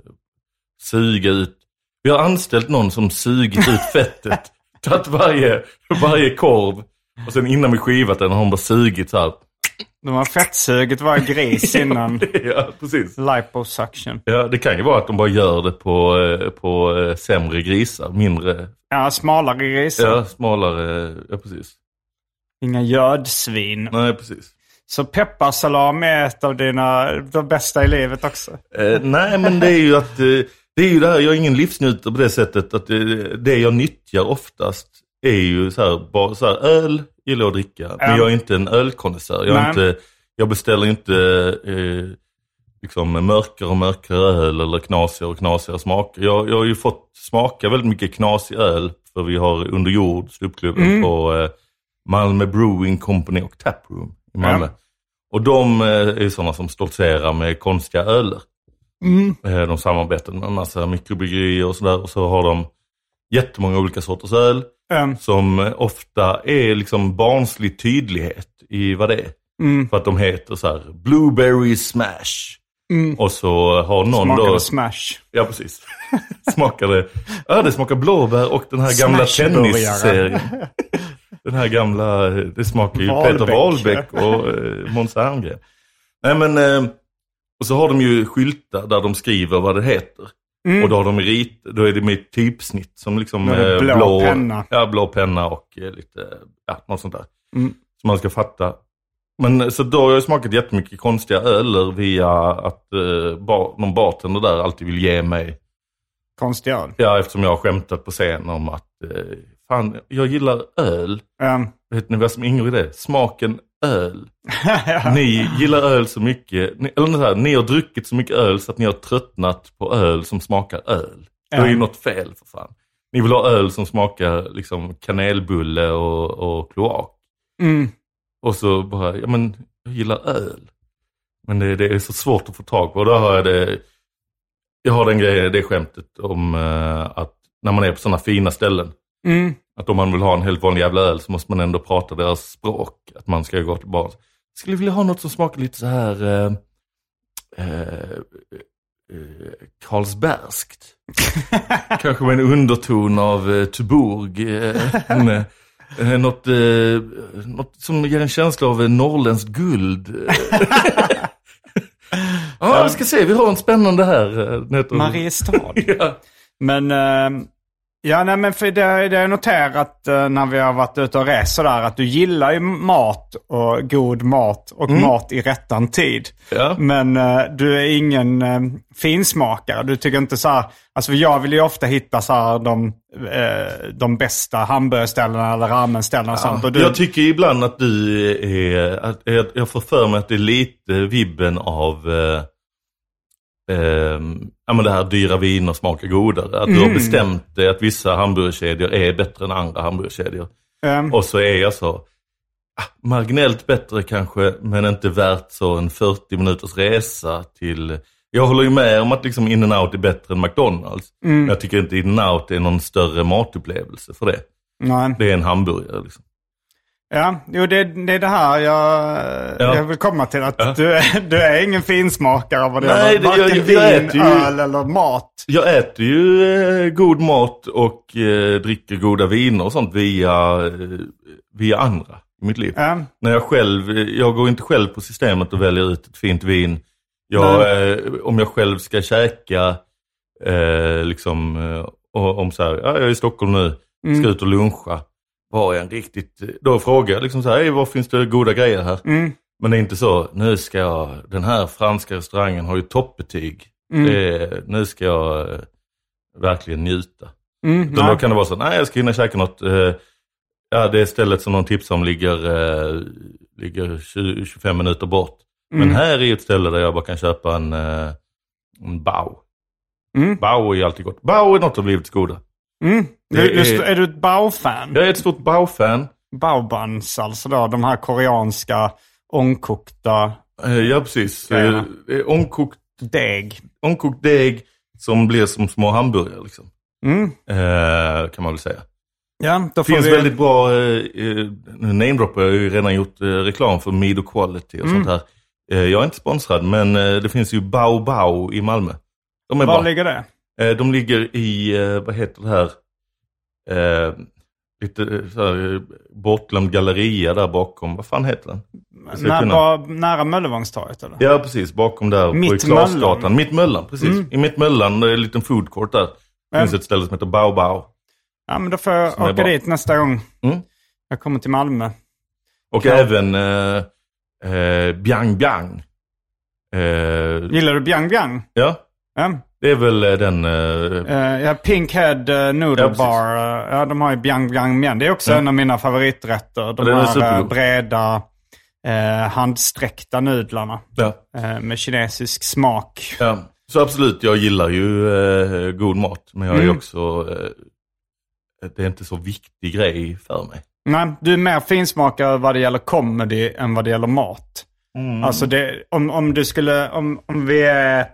suga ut. Vi har anställt någon som sugit ut fettet. Tagit varje korv. Och sen innan vi skivat den har hon bara sugit så här. De har fettsugit var gris innan. Ja, precis. Liposuction. Ja, det kan ju vara att de bara gör det på sämre grisar, mindre. Ja, smalare grisar. Ja, smalare, ja precis. Inga gödsvin. Nej, precis. Så pepparsalami är ett av de bästa i livet också. Nej, men det är ju att det är ju det här, jag är ingen livsnjutare på det sättet att det jag nyttjar oftast är ju så här öl gillar att dricka. Men jag är inte en ölkonnässör. Jag beställer inte liksom mörkare och mörkare öl eller knasigare smaker. Jag har ju fått smaka väldigt mycket knasig öl, för vi har under jord ståuppklubben på Malmö Brewing Company och Taproom i Malmö. Och de är sådana som stoltserar med konstiga öler. De samarbetar med en massa mikrobryggerier och sådär. Och så har de jättemånga olika sorters öl. Som ofta är liksom barnslig tydlighet i vad det är. För att de heter så här Blueberry Smash. Och så har någon smakar då... Smash. Ja, precis. Det smakar blåbär och den här gamla tennisserien. Den här gamla, det smakar ju Peter Wahlbeck och Måns Herngren. Nej, men... Och så har de ju skyltar där de skriver vad det heter. Och då har då är det med typsnitt som liksom blå penna. Ja, blå penna och lite, något sånt där. Så man ska fatta. Men så då har jag smakat jättemycket konstiga öler via att någon bartender där alltid vill ge mig konstiga öl. Ja, eftersom jag har skämtat på scen om att fan, jag gillar öl. Vet ni vad som ingår i det? Smaken öl. Ni gillar öl så mycket, ni har druckit så mycket öl så att ni har tröttnat på öl som smakar öl. Det är ju något fel för fan. Ni vill ha öl som smakar liksom kanelbulle och kloak. Och så bara, jag gillar öl. Men det är så svårt att få tag på. Och då har jag har den grejen, det skämtet om att när man är på sådana fina ställen Att om man vill ha en helt vanlig jävla öl så måste man ändå prata deras språk. Att man ska gå tillbaka. Skulle vilja ha något som smakar lite så här Carlsbergskt. Kanske med en underton av Tuborg. Något som ger en känsla av norrländskt guld. Ja, vi ska se. Vi har en spännande här. Mariestad. Ja. Men... men för det har jag noterat när vi har varit ute och rest där att du gillar ju mat och god mat och mat i rättan tid. Ja. Men du är ingen finsmakare. Du tycker inte så här, alltså jag vill ju ofta hitta så här de bästa hamburgerställena eller ramenställena och sånt. Och du... Jag tycker ibland att du är, jag får för mig att det är lite vibben av men det här dyra viner smakar godare. Att du har bestämt dig att vissa hamburgerkedjor är bättre än andra hamburgerkedjor. Och så är jag så marginellt bättre kanske, men inte värt så en 40 minuters resa till... Jag håller ju med om att liksom In-N-Out är bättre än McDonald's. Men jag tycker inte In-N-Out är någon större matupplevelse för det. Nej. Det är en hamburgare liksom. Ja, jo, det är det här jag vill komma till. Att du är ingen finsmakare av vad det är. Varken vin, öl eller mat. Jag äter ju god mat och dricker goda viner och sånt via andra i mitt liv. När jag går inte själv på systemet och väljer ut ett fint vin. Om jag själv ska käka om så här, jag är i Stockholm nu, ska ut och luncha. Var en riktigt... Då frågar jag liksom så här, var finns det goda grejer här? Men det är inte så, nu ska jag... Den här franska restaurangen har ju toppbetyg. Nu ska jag verkligen njuta. Då kan det vara så, nej jag ska hinna käka något. Det är stället som någon tips om ligger 25 minuter bort. Men här är ett ställe där jag bara kan köpa en Bao. Bao är alltid gott. Bao är något av livets goda. Är du ett Bao-fan? Jag är ett stort Bao-fan. Bao-buns, alltså då, de här koreanska ångkokta... Ja, precis. Ångkokt deg som blir som små hamburgare liksom. Kan man väl säga. Ja, det finns väldigt bra... Namedropper har ju redan gjort reklam för Mido Quality och sånt här. Jag är inte sponsrad, men det finns ju Bao i Malmö. De är Var bra. Ligger det? De ligger i, vad heter det här, lite så här, bortglömd galleria där bakom. Vad fan heter den? Nära Möllevångstorget eller? Ja, precis. Bakom där på Klasgatan. Mittmöllan, precis. I Mittmöllan, det är en liten food court där. Det finns ett ställe som heter Bao. Ja, men då får jag åka dit nästa gång. Jag kommer till Malmö. Och även Biang Biang. Gillar du Biang Biang? Ja. Det är väl den... Pinkhead Noodle Bar. De har ju Biang Biang Mian. Det är också en av mina favoriträtter. De här breda handsträckta nudlarna. Med kinesisk smak. Ja. Så absolut, jag gillar ju god mat. Men jag är också... det är inte så viktig grej för mig. Nej, du är mer finsmakare vad det gäller comedy än vad det gäller mat. Alltså om du skulle... Om vi är...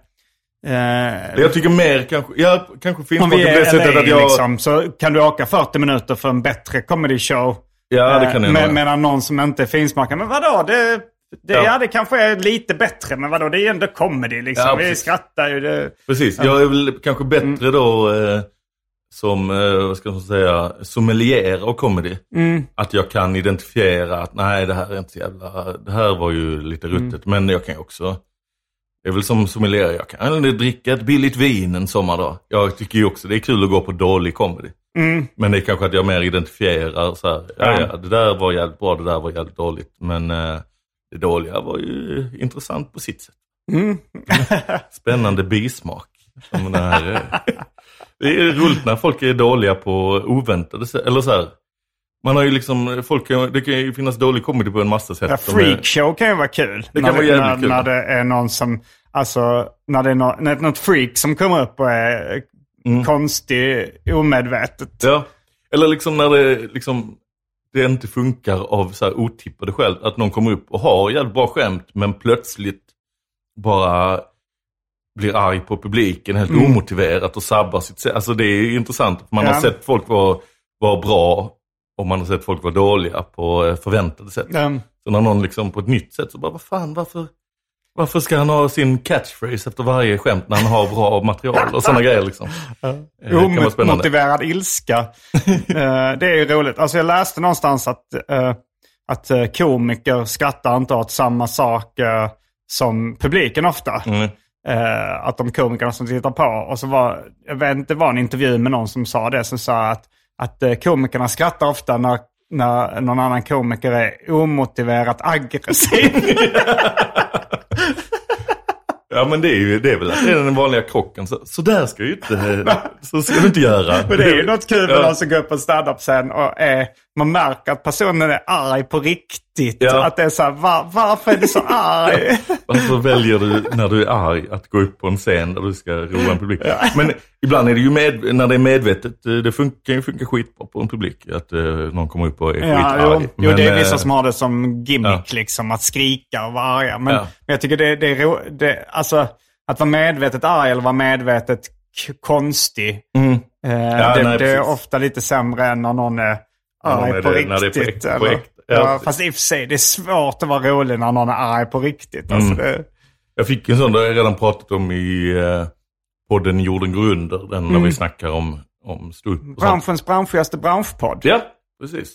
jag tycker mer kanske finns om vi är på det sättet att jag liksom, så kan du åka 40 minuter för en bättre comedy show. Ja, det kan jag medan någon som inte är finsmakare. Men vadå? Det kanske är lite bättre, men vadå? Det är ändå comedy liksom. Ja, vi skrattar ju det. Precis. Jag är väl kanske bättre då som vad ska man säga, sommelier och comedy. Att jag kan identifiera att nej, det här är inte jävla, det här var ju lite ruttet, men jag kan ju också. Det är väl som sommelier, jag kan dricka ett billigt vin en sommardag. Jag tycker ju också det är kul att gå på dålig comedy. Men det är kanske att jag mer identifierar så här, ja, det där var jävligt bra, det där var jävligt dåligt. Men det dåliga var ju intressant på sitt sätt. Spännande bismak. Som den här, det är roligt när folk är dåliga på oväntade, eller så här. Man har ju liksom, det kan ju finnas dålig comedy på en massa sätt. Ja, freakshow kan ju vara kul. Det kan vara jävligt kul. När det är någon som, alltså, när det är något freak som kommer upp och är konstig, omedvetet. Ja, eller liksom när det liksom, det inte funkar av så här otippade skäl. Att någon kommer upp och har jävligt bra skämt, men plötsligt bara blir arg på publiken helt omotiverat och sabbar sitt sätt. Alltså det är ju intressant. Man har sett folk vara var bra om man har sett folk vara dåliga på förväntade sätt. Så när någon liksom på ett nytt sätt så bara, vad fan, varför ska han ha sin catchphrase efter varje skämt när han har bra material och sådana grejer liksom. Omotiverad ilska. Det är ju roligt. Alltså jag läste någonstans att komiker skrattar inte åt samma sak som publiken ofta. Att de komikerna som tittar på. Och så det var en intervju med någon som sa det. Som sa att komikerna skrattar ofta när någon annan komiker är omotiverat aggressiv. Ja, men det är väl att det är den vanliga krocken. Så där ska ju inte, så ska du inte göra. Men det är ju något kul med någon som går upp på stand-up sen och man märker att personen är arg på riktigt. Ja. Att det är så här, varför är du så arg? Varför väljer du när du är arg att gå upp på en scen där du ska roa en publik? Ja. Men ibland är det ju när det är medvetet, det kan ju funka skitbra på en publik. Att någon kommer upp och är skitarg. Jo, det är vissa som har det som gimmick liksom, att skrika och vara arga. Men jag tycker det alltså att vara medvetet arg eller vara medvetet konstig. Det är ofta lite sämre än när någon är arg på riktigt. När det är på äkta. Fast i och för sig, det är svårt att vara rolig när någon är arg på riktigt. Alltså Jag fick en sån där jag redan pratat om i podden Jorden går under. Den när vi snackar om ståupp. Branschens branschigaste branschpodd. Ja, precis.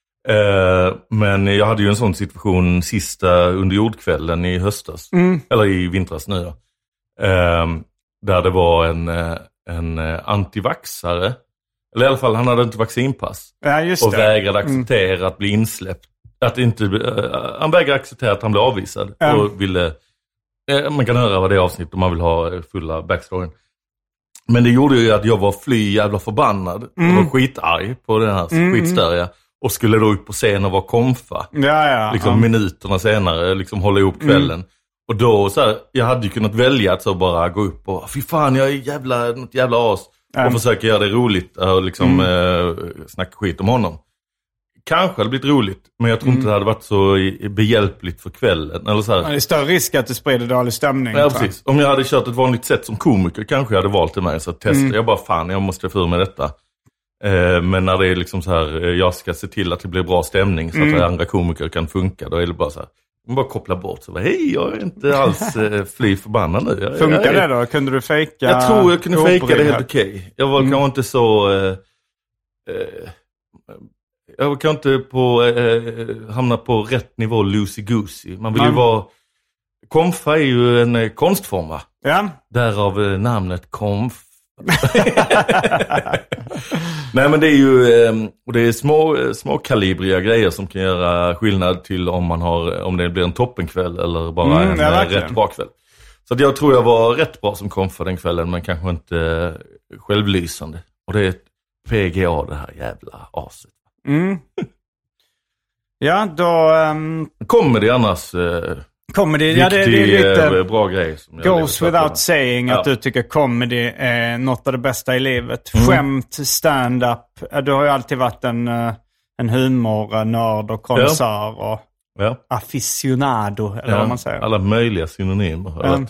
Men jag hade ju en sån situation sista underjordkvällen i höstas. Eller i vintras nu. Där det var en antivaxare. Eller i alla fall, han hade inte vaccinpass. Ja, just det. Och vägrade acceptera att bli insläppt. Han vägrade acceptera att han blev avvisad. Och ville... Man kan höra vad det är avsnitt om man vill ha fulla backstoryn. Men det gjorde ju att jag var jävla förbannad. Och var skitarg på den här skitstöriga. Och skulle då upp på scen och vara konfa. Liksom minuterna senare, liksom hålla ihop kvällen. Och då så här, jag hade ju kunnat välja att så bara gå upp och fy fan, jag är något jävla as. Och försöka göra det roligt och liksom snacka skit om honom. Kanske hade blivit roligt, men jag tror inte det hade varit så behjälpligt för kvällen. Eller så här. Det är större risk att det sprider dålig stämning. Ja, precis. Om jag hade kört ett vanligt sätt som komiker kanske jag hade valt det med. Så att testa, jag bara fan, jag måste få med detta. Men när det är liksom så här, jag ska se till att det blir bra stämning så att andra komiker kan funka. Då är det bara så här, man bara koppla bort. Så bara, hej, jag är inte alls fly förbannad nu. Funkar det då? Kunde du fejka? Jag tror jag kunde fejka det helt okej. Jag var kanske inte så... jag kan inte hamna på rätt nivå loosey-goosey. Man vill ju vara... Konfa är ju en konstform, va? Ja. Därav namnet konf. Nej, men det är ju och det är små kalibriga grejer som kan göra skillnad till om det blir en toppenkväll eller bara en rätt bra kväll. Så att jag tror jag var rätt bra som konfa den kvällen, men kanske inte självlysande. Och det är ett PGA, det här jävla aset. Ja, då... Comedy annars... Comedy, det är lite bra grej. Som goes without saying att du tycker comedy är något av det bästa i livet. Skämt, stand-up. Du har ju alltid varit en humornörd och konsert och aficionado, eller vad man säger. Alla möjliga synonymer.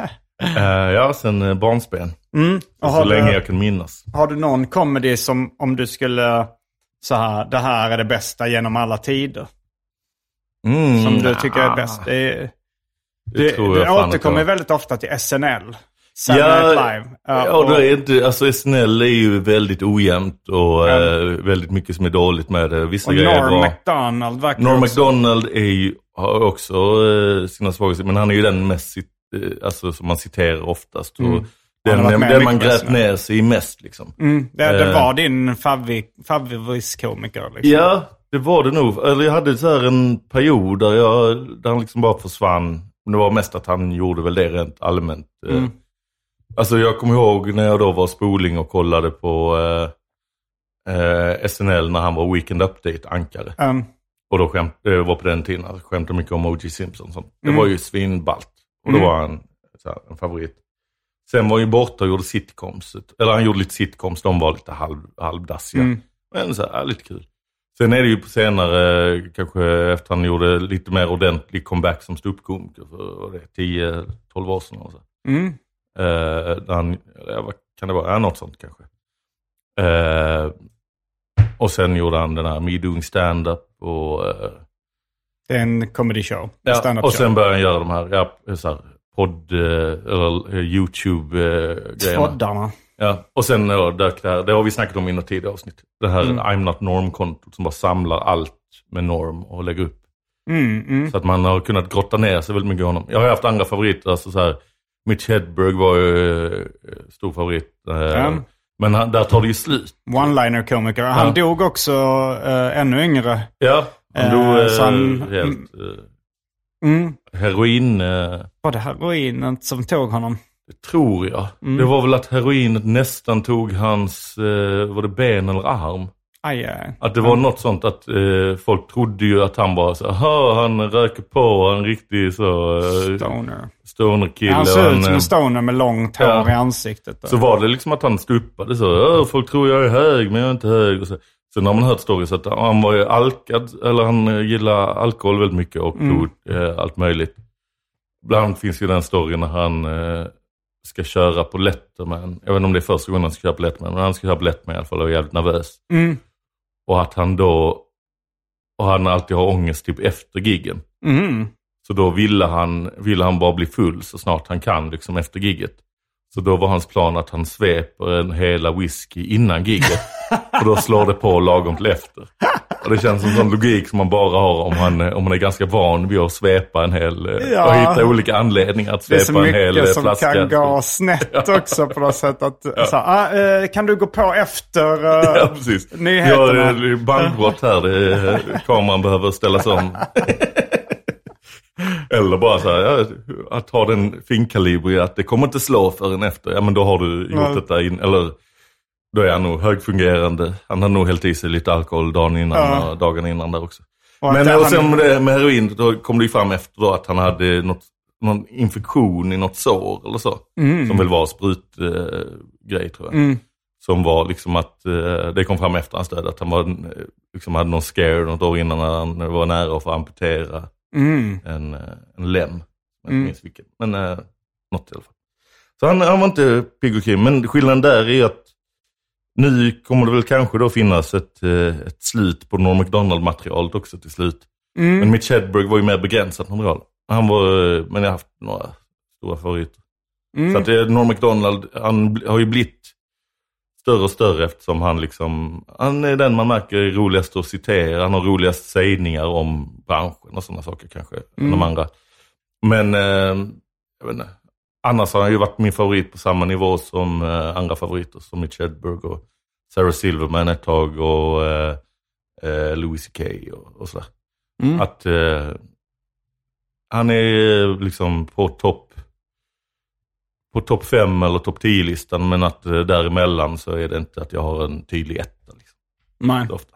Sen barnsben. Så länge jag kan minnas. Har du någon comedy som, om du skulle så här, det här är det bästa genom alla tider? Som du tycker är bäst. Det återkommer väldigt ofta till SNL. Live. Det är inte, alltså SNL är ju väldigt ojämnt och väldigt mycket som är dåligt med det. Vissa grejer Norm Macdonald Norm Macdonald har också sina svagheter, men han är ju den mest alltså, som man citerar oftast. Och den man grät ner sig i mest liksom. Det var din favoritkomiker liksom. Ja, det var det nog. Eller jag hade så här en period där han liksom bara försvann. Men det var mest att han gjorde väl det rent allmänt. Alltså jag kommer ihåg när jag då var spoling och kollade på SNL när han var Weekend Update-ankare. Och då det var på den tiden han skämtade mycket om O.J. Simpson och sånt. Det var ju svinballt. Och då var han så här, en favorit. Sen var han ju borta och gjorde sitcoms. Eller han gjorde lite sitcoms, de var lite halvdassiga. Men så här, lite kul. Sen är det ju på senare, kanske efter han gjorde lite mer ordentlig comeback som ståuppkomiker för 10-12 år sedan. Och så. Där han, vad kan det vara? Något sånt kanske. Och sen gjorde han den här Me Doing Stand-Up och... det är en comedy show. Ja, och sen började han göra de här, så här podd eller YouTube-grejerna. Poddarna. Ja, och sen dök det har vi snackat om i något tidigare avsnitt. Det här I'm Not Norm-kontot som bara samlar allt med Norm och lägger upp. Så att man har kunnat grotta ner sig väldigt mycket i honom. Jag har haft andra favoriter, alltså så här, Mitch Hedberg var ju stor favorit. Men där tar det ju slut. One-liner-komiker. Han dog också ännu yngre. Ja, han dog helt... Heroin... Var det heroinet som tog honom? Det tror jag. Det var väl att heroinet nästan tog hans... var det ben eller arm? Att det var något sånt att folk trodde ju att han var så han röker på en riktig så... Stoner-kille. Han ser ut som en stoner med långt hår i ansiktet. Så var det liksom att han stupade så. Folk tror jag är hög men jag är inte hög. Och så när man hört stories att han var ju alkad. Eller han gillar alkohol väldigt mycket och tog allt möjligt. Bland annat finns ju den storyn när han ska köra på Letterman. Jag vet inte om det är första gången han ska köra på Letterman. Men han ska köra på Letterman i alla fall och är jävligt nervös. Och att han då... Och han alltid har ångest typ efter giggen. Så då ville han bara bli full så snart han kan liksom efter gigget. Så då var hans plan att han sveper en hela whisky innan gigget. Och då slår det på lagom till efter. Och det känns som en sån logik som man bara har om man är ganska van vid att svepa en hel... Och hitta olika anledningar att svepa en hel flaska. Det är så mycket som kan gå snett också på något sätt. Att, kan du gå på efter ja, precis. nyheterna? Ja, bandbrott här. Kameran behöver ställas om. Eller bara så här, att ha den finkalibriga att det kommer inte slå förrän efter. Ja, men då har du gjort detta eller då är han nog högfungerande. Han har nog helt i sig lite alkohol dagen innan där också. Och sen med heroin då kom det ju fram efter då att han hade någon infektion i något sår eller så. Som väl var sprutgrej tror jag. Som var liksom att det kom fram efter hans död att han var, liksom hade någon scare något år innan när han var nära att få amputera. En lem. Jag minns vilken. Men något i alla fall. Så han var inte pigg och krim. Men skillnaden där är att nu kommer det väl kanske då finnas ett slut på Norm Macdonald-materialet också till slut. Men Mitch Hedberg var ju mer begränsat material. Men jag har haft några stora favoriter. Så att Norm Macdonald, han har ju blivit större och större eftersom han är den man märker är roligast att citera. Han har roligast sägningar om branschen och sådana saker kanske än de andra. Men jag vet inte. Annars har han ju varit min favorit på samma nivå som andra favoriter som Mitch Hedberg och Sarah Silverman ett tag och Louis C.K. och sådär. Att han är liksom på topp 5 eller topp 10-listan, men att däremellan så är det inte att jag har en tydlig etta. Liksom. Nej. Ofta.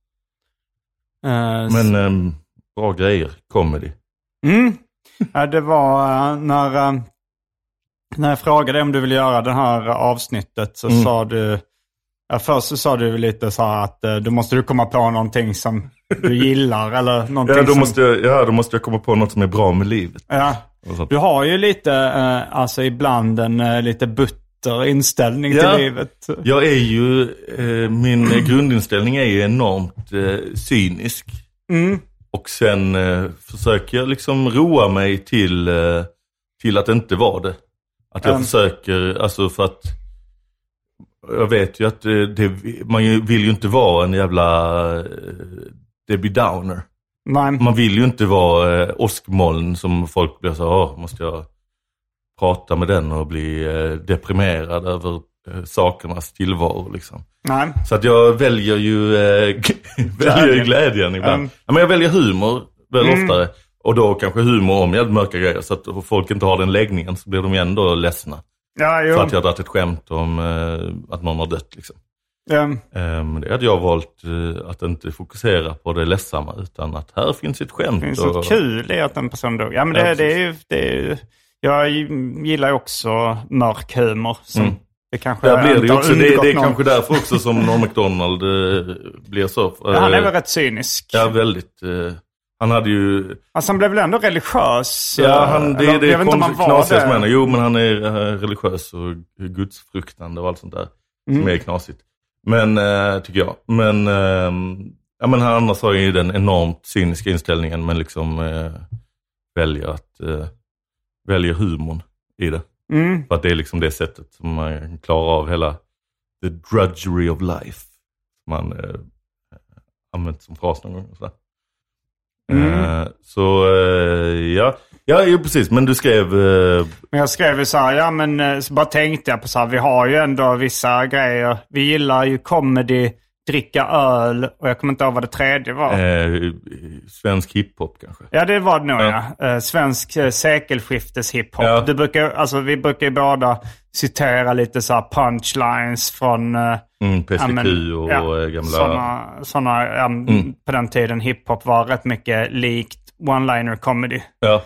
Men bra grejer, comedy. Ja, det var när jag frågade om du vill göra det här avsnittet så sa du... Ja, först så sa du lite så här att då måste du komma på någonting som du gillar eller någonting då måste jag komma på något som är bra med livet. Ja. Du har ju lite, alltså ibland en lite butter inställning till livet. Jag är ju, min grundinställning är ju enormt cynisk. Och sen försöker jag liksom roa mig till att inte vara det. Att jag försöker, alltså för att jag vet ju att man vill ju inte vara en jävla Debbie Downer. Nej. Man vill ju inte vara åskmoln som folk blir så, måste jag prata med den och bli deprimerad över sakernas tillvaro liksom. Nej. Så att jag väljer ju glädjen ibland. Ja, men jag väljer humor väl oftare. Och då kanske humor om jävligt mörka grejer. Så att folk inte har den läggningen så blir de ju ändå ledsna. Ja, för att jag har dragit ett skämt om att någon har dött liksom. Det hade jag valt att inte fokusera på det ledsamma utan att här finns ett skämt. Det är så kul i att en person dog. Ja, men det är jag gillar också mörk humor. Det kanske blir det också. Det är kanske därför också som Norm Macdonald blir så. Han är väl rätt cynisk. Ja, väldigt. Han hade ju... Alltså han blev väl ändå religiös? Ja, det är knasigt med. Jo, men han är religiös och gudsfruktande och allt sånt där. Som är knasigt. Men, tycker jag. Men, men han annars har ju den enormt cyniska inställningen, men liksom väljer humorn i det. För att det är liksom det sättet som man klarar av hela the drudgery of life. Man använt som fras någon gång. Ja, precis. Men du skrev... Men jag skrev ju så här, så bara tänkte jag på så här, vi har ju ändå vissa grejer. Vi gillar ju comedy, dricka öl, och jag kommer inte ihåg vad det tredje var. Svensk hiphop kanske. Ja, det var det nog, ja. Svensk sekelskiftes hiphop. Ja. Vi brukar ju båda citera lite så här punchlines från... PSQ och gamla... Såna, på den tiden hiphop var rätt mycket likt one-liner comedy. Ja.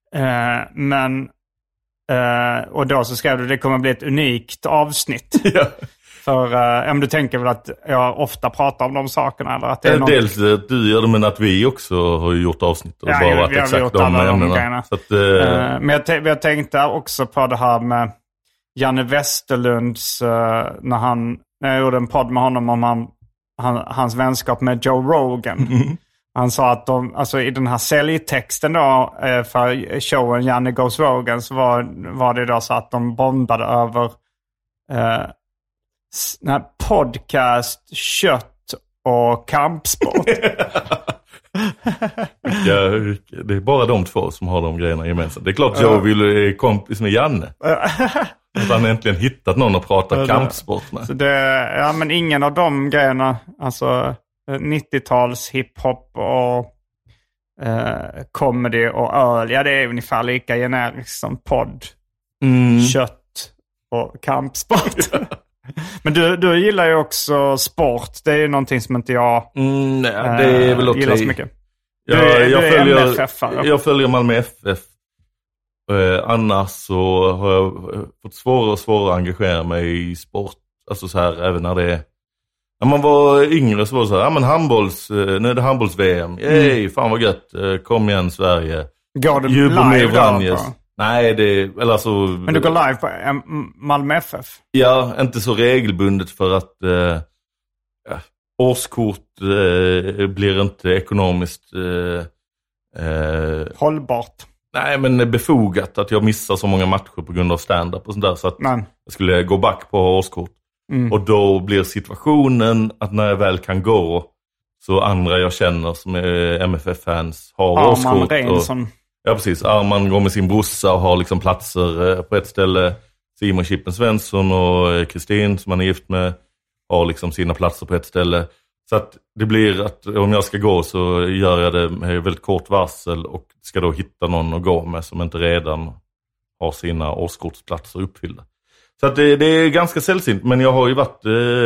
Och då så skrev du, det kommer bli ett unikt avsnitt. Ja. För du tänker väl att jag ofta pratar om de sakerna? Eller att det är något... Dels att du gör det, men att vi också har gjort avsnitt. Och bara varit exakt de ämnena. Så att, men jag tänkte också på det här med Janne Westerlunds, när jag gjorde en podd med honom om hans vänskap med Joe Rogan. Han sa att i den här säljtexten då för showen Janne Goes Rogan, så var det då så att de bondade över podcast, kött och kampsport. Ja, det är bara de två som har de grejerna gemensamt. Det är klart Joe vill kompis med Janne. Att han äntligen hittat någon att prata kampsport med. Så men ingen av de grejerna, alltså 90-tals hiphop och comedy och öl, det är ungefär lika generiskt som podd, kött och kampsport. Men du gillar ju också sport. Det är ju någonting som inte jag det är väl gillar så mycket. Jag följer Malmö FF. Annars så har jag fått svårare och svårare att engagera mig i sport. Alltså så här, även när det är... När man var yngre så var det så här, nu är det handbolls-VM. Yay, fan vad gött. Kom igen Sverige. Går du live då? Nej, Men du går live på Malmö FF? Ja, inte så regelbundet för att årskort blir inte ekonomiskt hållbart. Nej, men befogat att jag missar så många matcher på grund av stand-up och sånt där, så att jag skulle gå back på årskort. Och då blir situationen att när jag väl kan gå, så andra jag känner som är MFF-fans har årskort. Ja, precis. Arman går med sin brorsa och har liksom platser på ett ställe. Simon Chippen Svensson och Kristin som han är gift med har liksom sina platser på ett ställe. Så att det blir att om jag ska gå så gör jag det med väldigt kort varsel och ska då hitta någon att gå med som inte redan har sina årskortsplatser uppfyllda. Så att det är ganska sällsynt, men jag har ju varit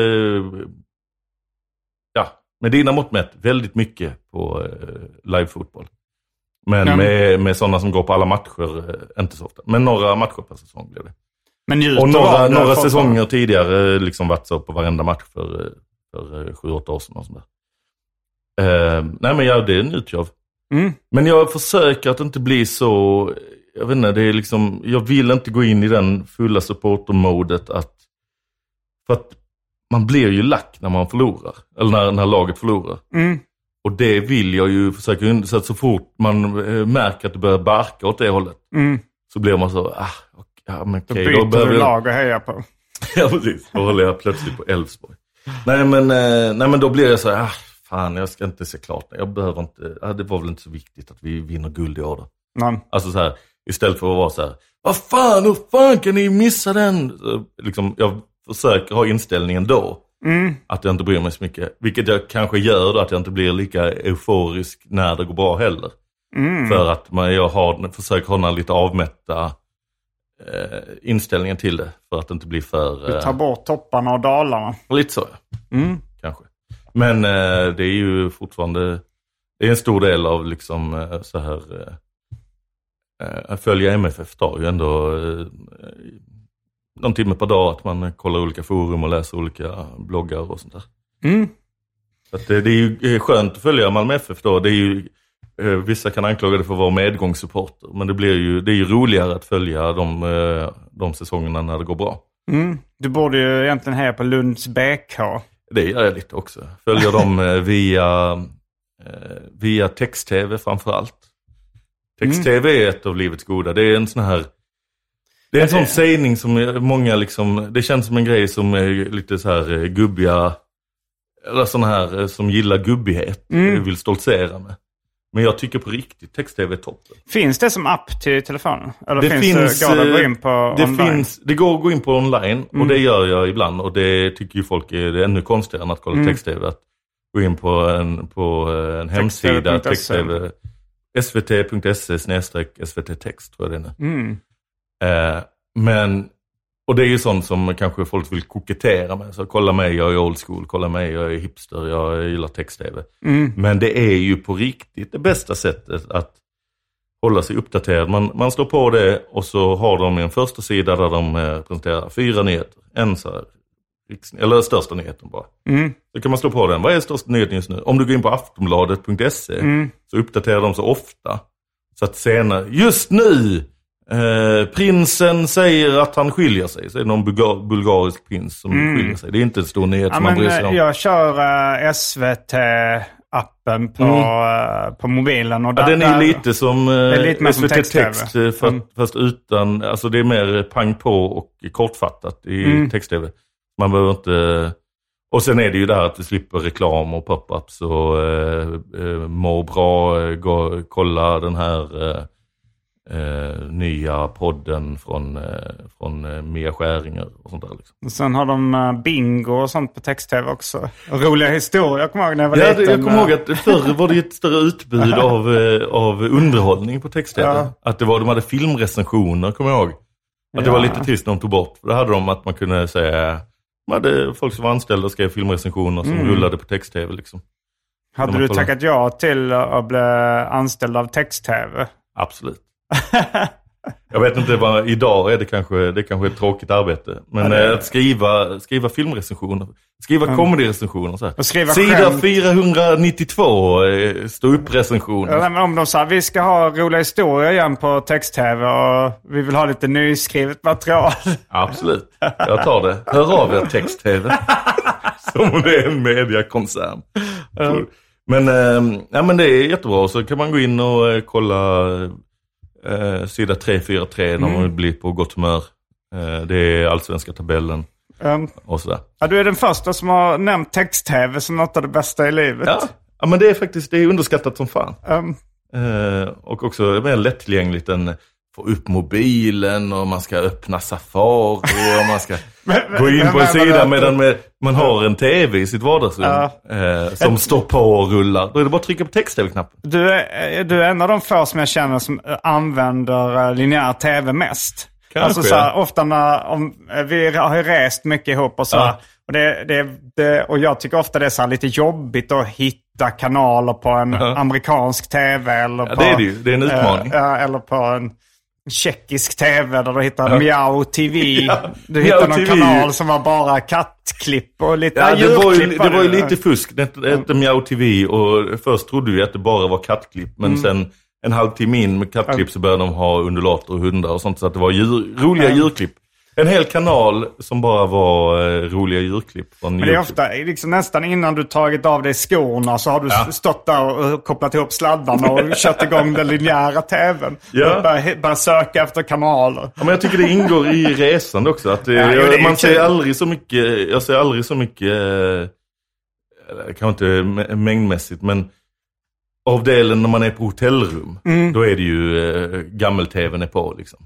med dina mått mätt väldigt mycket på livefotboll. Men med sådana som går på alla matcher, inte så ofta. Men några matcher per säsong blir det. Men och några säsonger tidigare liksom varit så på varenda match för 7-8 år sedan och sånt där. Nej, men det njuter jag av. Men jag försöker att inte bli så... Jag vet inte, det är liksom... Jag vill inte gå in i den fulla supportermodet för att man blir ju lack när man förlorar. Eller när laget förlorar. Och det vill jag ju försöka... Så fort man märker att det börjar barka åt det hållet, så blir man så... men då byter du lag och hejar på. Ja, precis. Då håller jag plötsligt på Elfsborg. Nej, men då blir jag så här... fan, jag ska inte se klart. Jag behöver inte... det var väl inte så viktigt att vi vinner guld i år då. Alltså så här... Istället för att vara så här... hur fan kan ni missa den? Så, liksom, jag försöker ha inställningen då. Att jag inte bryr mig så mycket. Vilket jag kanske gör då, att jag inte blir lika euforisk när det går bra heller. För att jag försöker ha lite avmätta inställningen till det. För att det inte blir för... Du tar bort topparna och dalarna. Lite så, kanske. Men det är ju fortfarande... Det är en stor del av liksom så här... att följa MFF tar ju ändå någon timme per dag, att man kollar olika forum och läser olika bloggar och sånt där. Så att det är ju skönt att följa Malmö FF då. Det är ju, vissa kan anklaga det för att vara medgångssupporter, men det är ju roligare att följa de säsongerna när det går bra. Du borde ju egentligen heja på Lunds BK. Det gör jag lite också. Följer dem via text-tv framförallt. Text-tv är ett av livets goda. Det är en sån här... Det är en sån sägning som många liksom... Det känns som en grej som är lite så här gubbiga... Eller sån här som gillar gubbighet. Vill stoltsera med. Men jag tycker på riktigt text-tv är toppen. Finns det som app till telefonen? Eller går det att gå in på online? Det går att gå in på online. Och det gör jag ibland. Och det tycker ju folk är ännu konstigare än att kolla text-tv. Att gå in på en hemsida. Text-tv. svt.se/svt-text tror jag det är nu. Och det är ju sånt som kanske folk vill kokettera med. Så kolla mig, jag är old school. Kolla mig, jag är hipster. Jag gillar text-tv. Men det är ju på riktigt det bästa sättet att hålla sig uppdaterad. Man slår på det och så har de en första sida där de presenterar 4 nyheter. En så här, eller största nyheten bara. Så kan man slå på den. Vad är största nyheten just nu? Om du går in på aftonbladet.se så uppdaterar de så ofta. Så att senare, just nu... prinsen säger att han skiljer sig. Så är det någon bulgarisk prins som skiljer sig. Det är inte en stor nyhet som man bryr sig om. Jag kör SVT-appen på mobilen. Och den är lite som SVT-text. Fast utan... Alltså det är mer pang på och kortfattat i text-tv. Man behöver inte... Och sen är det ju där att du slipper reklam och pop-ups och må bra, kolla den här... nya podden från Mia Skäringer och sånt där liksom. Och sen har de bingo och sånt på text-tv också. Och roliga historier, jag kommer ihåg när jag var liten. Jag kommer ihåg att förr var det ett större utbud av underhållning på text-tv. Ja. Att de hade filmrecensioner, kommer jag ihåg. Att det var lite trist när de tog bort. För det hade de att man kunde säga... Man hade folk som var anställda och skrev filmrecensioner som rullade på text-tv liksom. Hade du tackat ja till att bli anställd av text-tv? Absolut. Jag vet inte vad idag är det kanske ett tråkigt arbete, men att skriva filmrecensioner, skriva comedyrecensioner så här. Sida 492 stå upp recensioner. Om de sa vi ska ha roliga historier igen på text-tv och vi vill ha lite nyskrivet material. Absolut. Jag tar det. Hör av er text-tv. Som om det är en mediakoncern. Men det är jättebra, så kan man gå in och kolla sida 343 när man blir på gott humör. Det är allsvenska tabellen och sådär. Ja, du är den första som har nämnt text-tv som något av det bästa i livet. Ja, men det är faktiskt underskattat som fan. Och också mer lättillgängligt än få upp mobilen och man ska öppna Safari och man ska gå in på en sida medan man har en tv i sitt vardagsrum som står på och rullar. Då är det bara att trycka på text-tv-knappen. Du är en av de få som jag känner som använder linjär tv mest. Kanske. Alltså så här, ofta när vi har ju rest mycket ihop och så här, och jag tycker ofta det är så här lite jobbigt att hitta kanaler på en amerikansk tv eller på, det är det ju. Det är en utmaning. Eller på en tjeckisk tv där du hittar Miau TV. Du hittar någon kanal som var bara kattklipp och lite djurklipp. Det var ju lite fusk. Det hette Miau TV och först trodde vi att det bara var kattklipp. Men sen en halvtimme in med kattklipp så började de ha undulater och hundar och sånt. Så att det var roliga djurklipp. En hel kanal som bara var roliga djurklipp. Men det är ofta liksom, nästan innan du tagit av dig skorna så har du stått där och kopplat ihop sladdarna och kört igång den linjära tvn. Bara söka efter kanaler. Ja, men jag tycker det ingår i resan också. Att man ser aldrig så mycket, jag ser aldrig så mycket, kanske inte mängdmässigt, men av delen när man är på hotellrum, då är det ju gammel-tvn är på liksom.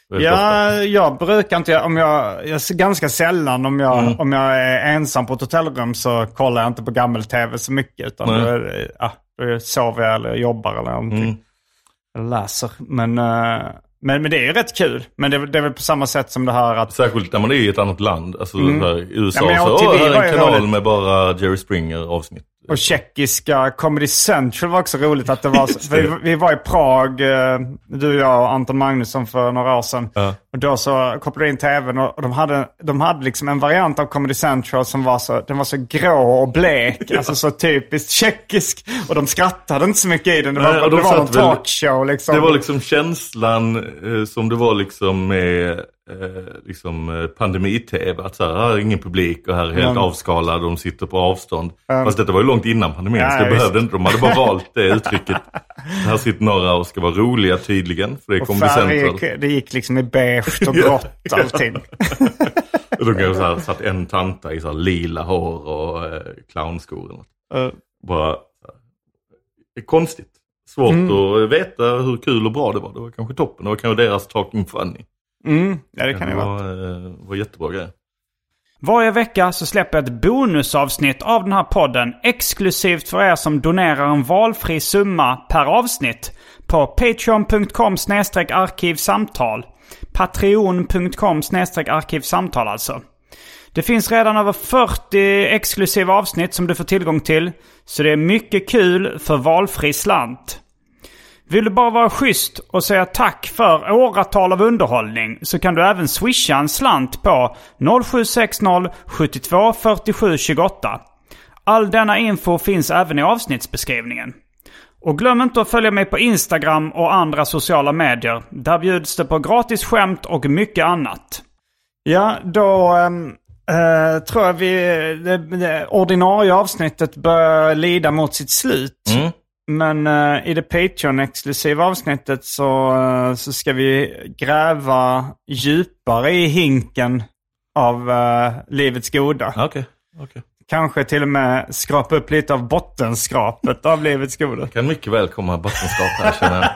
Jag brukar inte, jag ser ganska sällan om jag är ensam på ett hotellrum så kollar jag inte på gammel-tv så mycket utan då sover jag eller jobbar eller någonting. Eller läser. Men det är ju rätt kul. Men det är väl på samma sätt som det här att... Särskilt när man är i ett annat land. Alltså här, i USA så har en kanal med bara Jerry Springer avsnitt. Och tjeckiska Comedy Central var också roligt att det var... vi var i Prag, du och jag och Anton Magnusson för några år sedan. Och då så kopplade jag in tvn och de hade liksom en variant av Comedy Central som var så grå och blek. Alltså så typiskt tjeckisk. Och de skrattade inte så mycket i den. Det var någon talkshow liksom. Det var liksom känslan som det var liksom med pandemi-tv. Att så här ingen publik och här är helt avskalad. De sitter på avstånd. Fast detta var ju långt innan pandemin. Så det behövde inte. De hade bara valt det uttrycket. Här sitter några och ska vara roliga tydligen. För det är Comedy Central. Det gick liksom i beige och grått allting. Och då kan jag så här, satt en tanta i så här lila hår och clownskor. Bara det är konstigt. Svårt att veta hur kul och bra det var. Det var kanske toppen. Det var kanske deras talking funny. Ja, det kan det vara. Det var jättebra grej. Varje vecka så släpper jag ett bonusavsnitt av den här podden exklusivt för er som donerar en valfri summa per avsnitt på patreon.com/arkivsamtal. Patreon.com/arkivsamtal alltså. Det finns redan över 40 exklusiva avsnitt som du får tillgång till, så det är mycket kul för valfri slant. Vill du bara vara schysst och säga tack för åratal av underhållning så kan du även swisha en slant på 0760 72 47 28. All denna info finns även i avsnittsbeskrivningen. Och glöm inte att följa mig på Instagram och andra sociala medier. Där bjuds det på gratis skämt och mycket annat. Ja, då tror jag det ordinarie avsnittet bör lida mot sitt slut. Men i det Patreon-exklusiva avsnittet så ska vi gräva djupare i hinken av livets goda. Okej. Kanske till och med skrapa upp lite av bottenskrapet av livets goda. Kan mycket väl komma bottenskrap här, känner jag.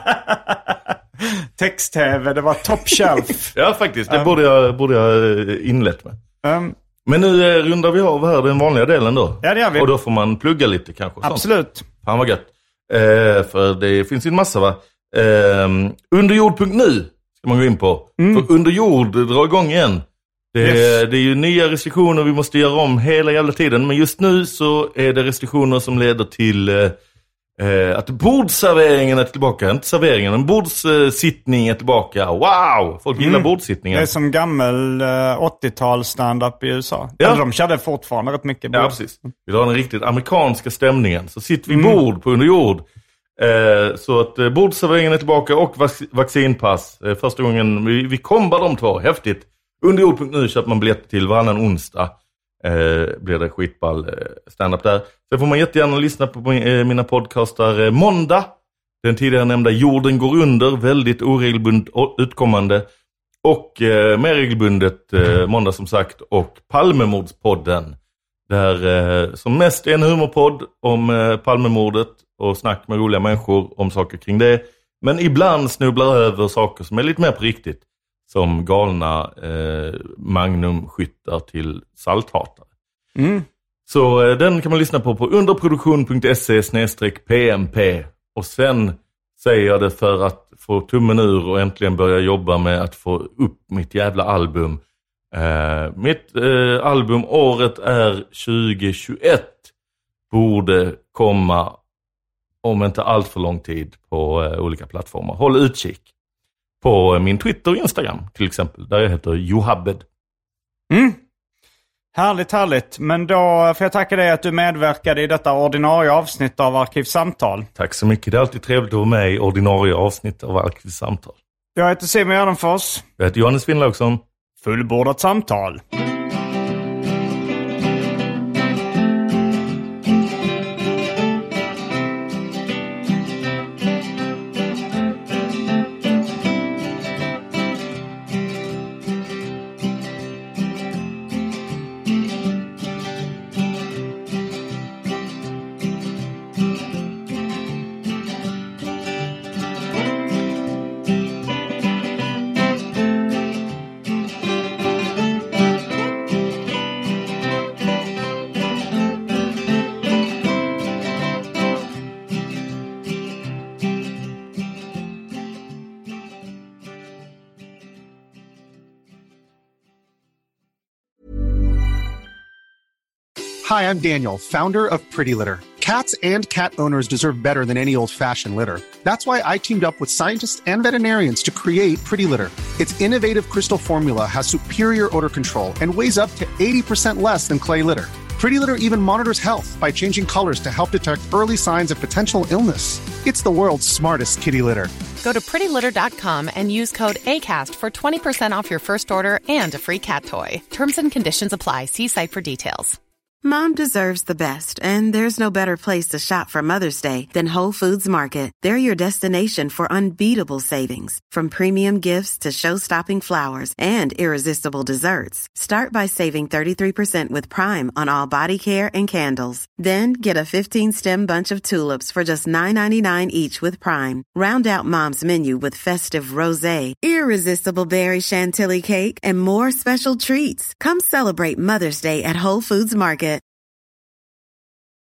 Text-tv, det var top shelf. Ja, faktiskt. Det borde jag inlett med. Men nu rundar vi av här den vanliga delen då. Ja, det gör vi. Och då får man plugga lite kanske. Absolut. Fan vad gött. För det finns ju en massa, va? Underjord.nu ska man gå in på. För Underjord drar igång igen. Det är ju nya restriktioner vi måste göra om hela jävla tiden. Men just nu så är det restriktioner som leder till att bordserveringen är tillbaka. Inte serveringen, men bordssittning är tillbaka. Wow! Folk gillar bordsittningen. Det är som gammal 80-tal stand-up i USA. Ja. Eller de körde fortfarande rätt mycket bord. Ja, precis. Vi har den riktigt amerikanska stämningen. Så sitter vi bord på Underjord. Så att bordserveringen är tillbaka och vaccinpass. Första gången vi kombar de två. Häftigt. Underjord.nu köper man biljett till varannan onsdag. Blir det skitball stand-up där. Sen får man jättegärna lyssna på mina podcastar Måndag. Den tidigare nämnda Jorden går under. Väldigt oregelbundet utkommande. Och mer regelbundet Måndag som sagt. Och Palmemordspodden. Där som mest är en humorpodd om Palmemordet. Och snack med roliga människor om saker kring det. Men ibland snubblar över saker som är lite mer på riktigt. Som galna magnumskyttar till salthatare. Så den kan man lyssna på underproduktion.se/pmp. Och sen säger jag det för att få tummen ur och äntligen börja jobba med att få upp mitt jävla album. Mitt album året är 2021. Borde komma om inte allt för lång tid på olika plattformar. Håll utkik. På min Twitter och Instagram till exempel. Där jag heter Johabed. Härligt. Men då får jag tacka dig att du medverkade i detta ordinarie avsnitt av Arkivsamtal. Tack så mycket. Det är alltid trevligt att vara med i ordinarie avsnitt av Arkivsamtal. Jag heter Simon Gärdenfors. Jag heter Johannes Finnlaugsson. Fullbordat samtal. Hi, I'm Daniel, founder of Pretty Litter. Cats and cat owners deserve better than any old-fashioned litter. That's why I teamed up with scientists and veterinarians to create Pretty Litter. Its innovative crystal formula has superior odor control and weighs up to 80% less than clay litter. Pretty Litter even monitors health by changing colors to help detect early signs of potential illness. It's the world's smartest kitty litter. Go to prettylitter.com and use code ACAST for 20% off your first order and a free cat toy. Terms and conditions apply. See site for details. Mom deserves the best, and there's no better place to shop for Mother's Day than Whole Foods Market. They're your destination for unbeatable savings, from premium gifts to show-stopping flowers and irresistible desserts. Start by saving 33% with Prime on all body care and candles. Then get a 15-stem bunch of tulips for just $9.99 each with Prime. Round out Mom's menu with festive rosé, irresistible berry chantilly cake, and more special treats. Come celebrate Mother's Day at Whole Foods Market.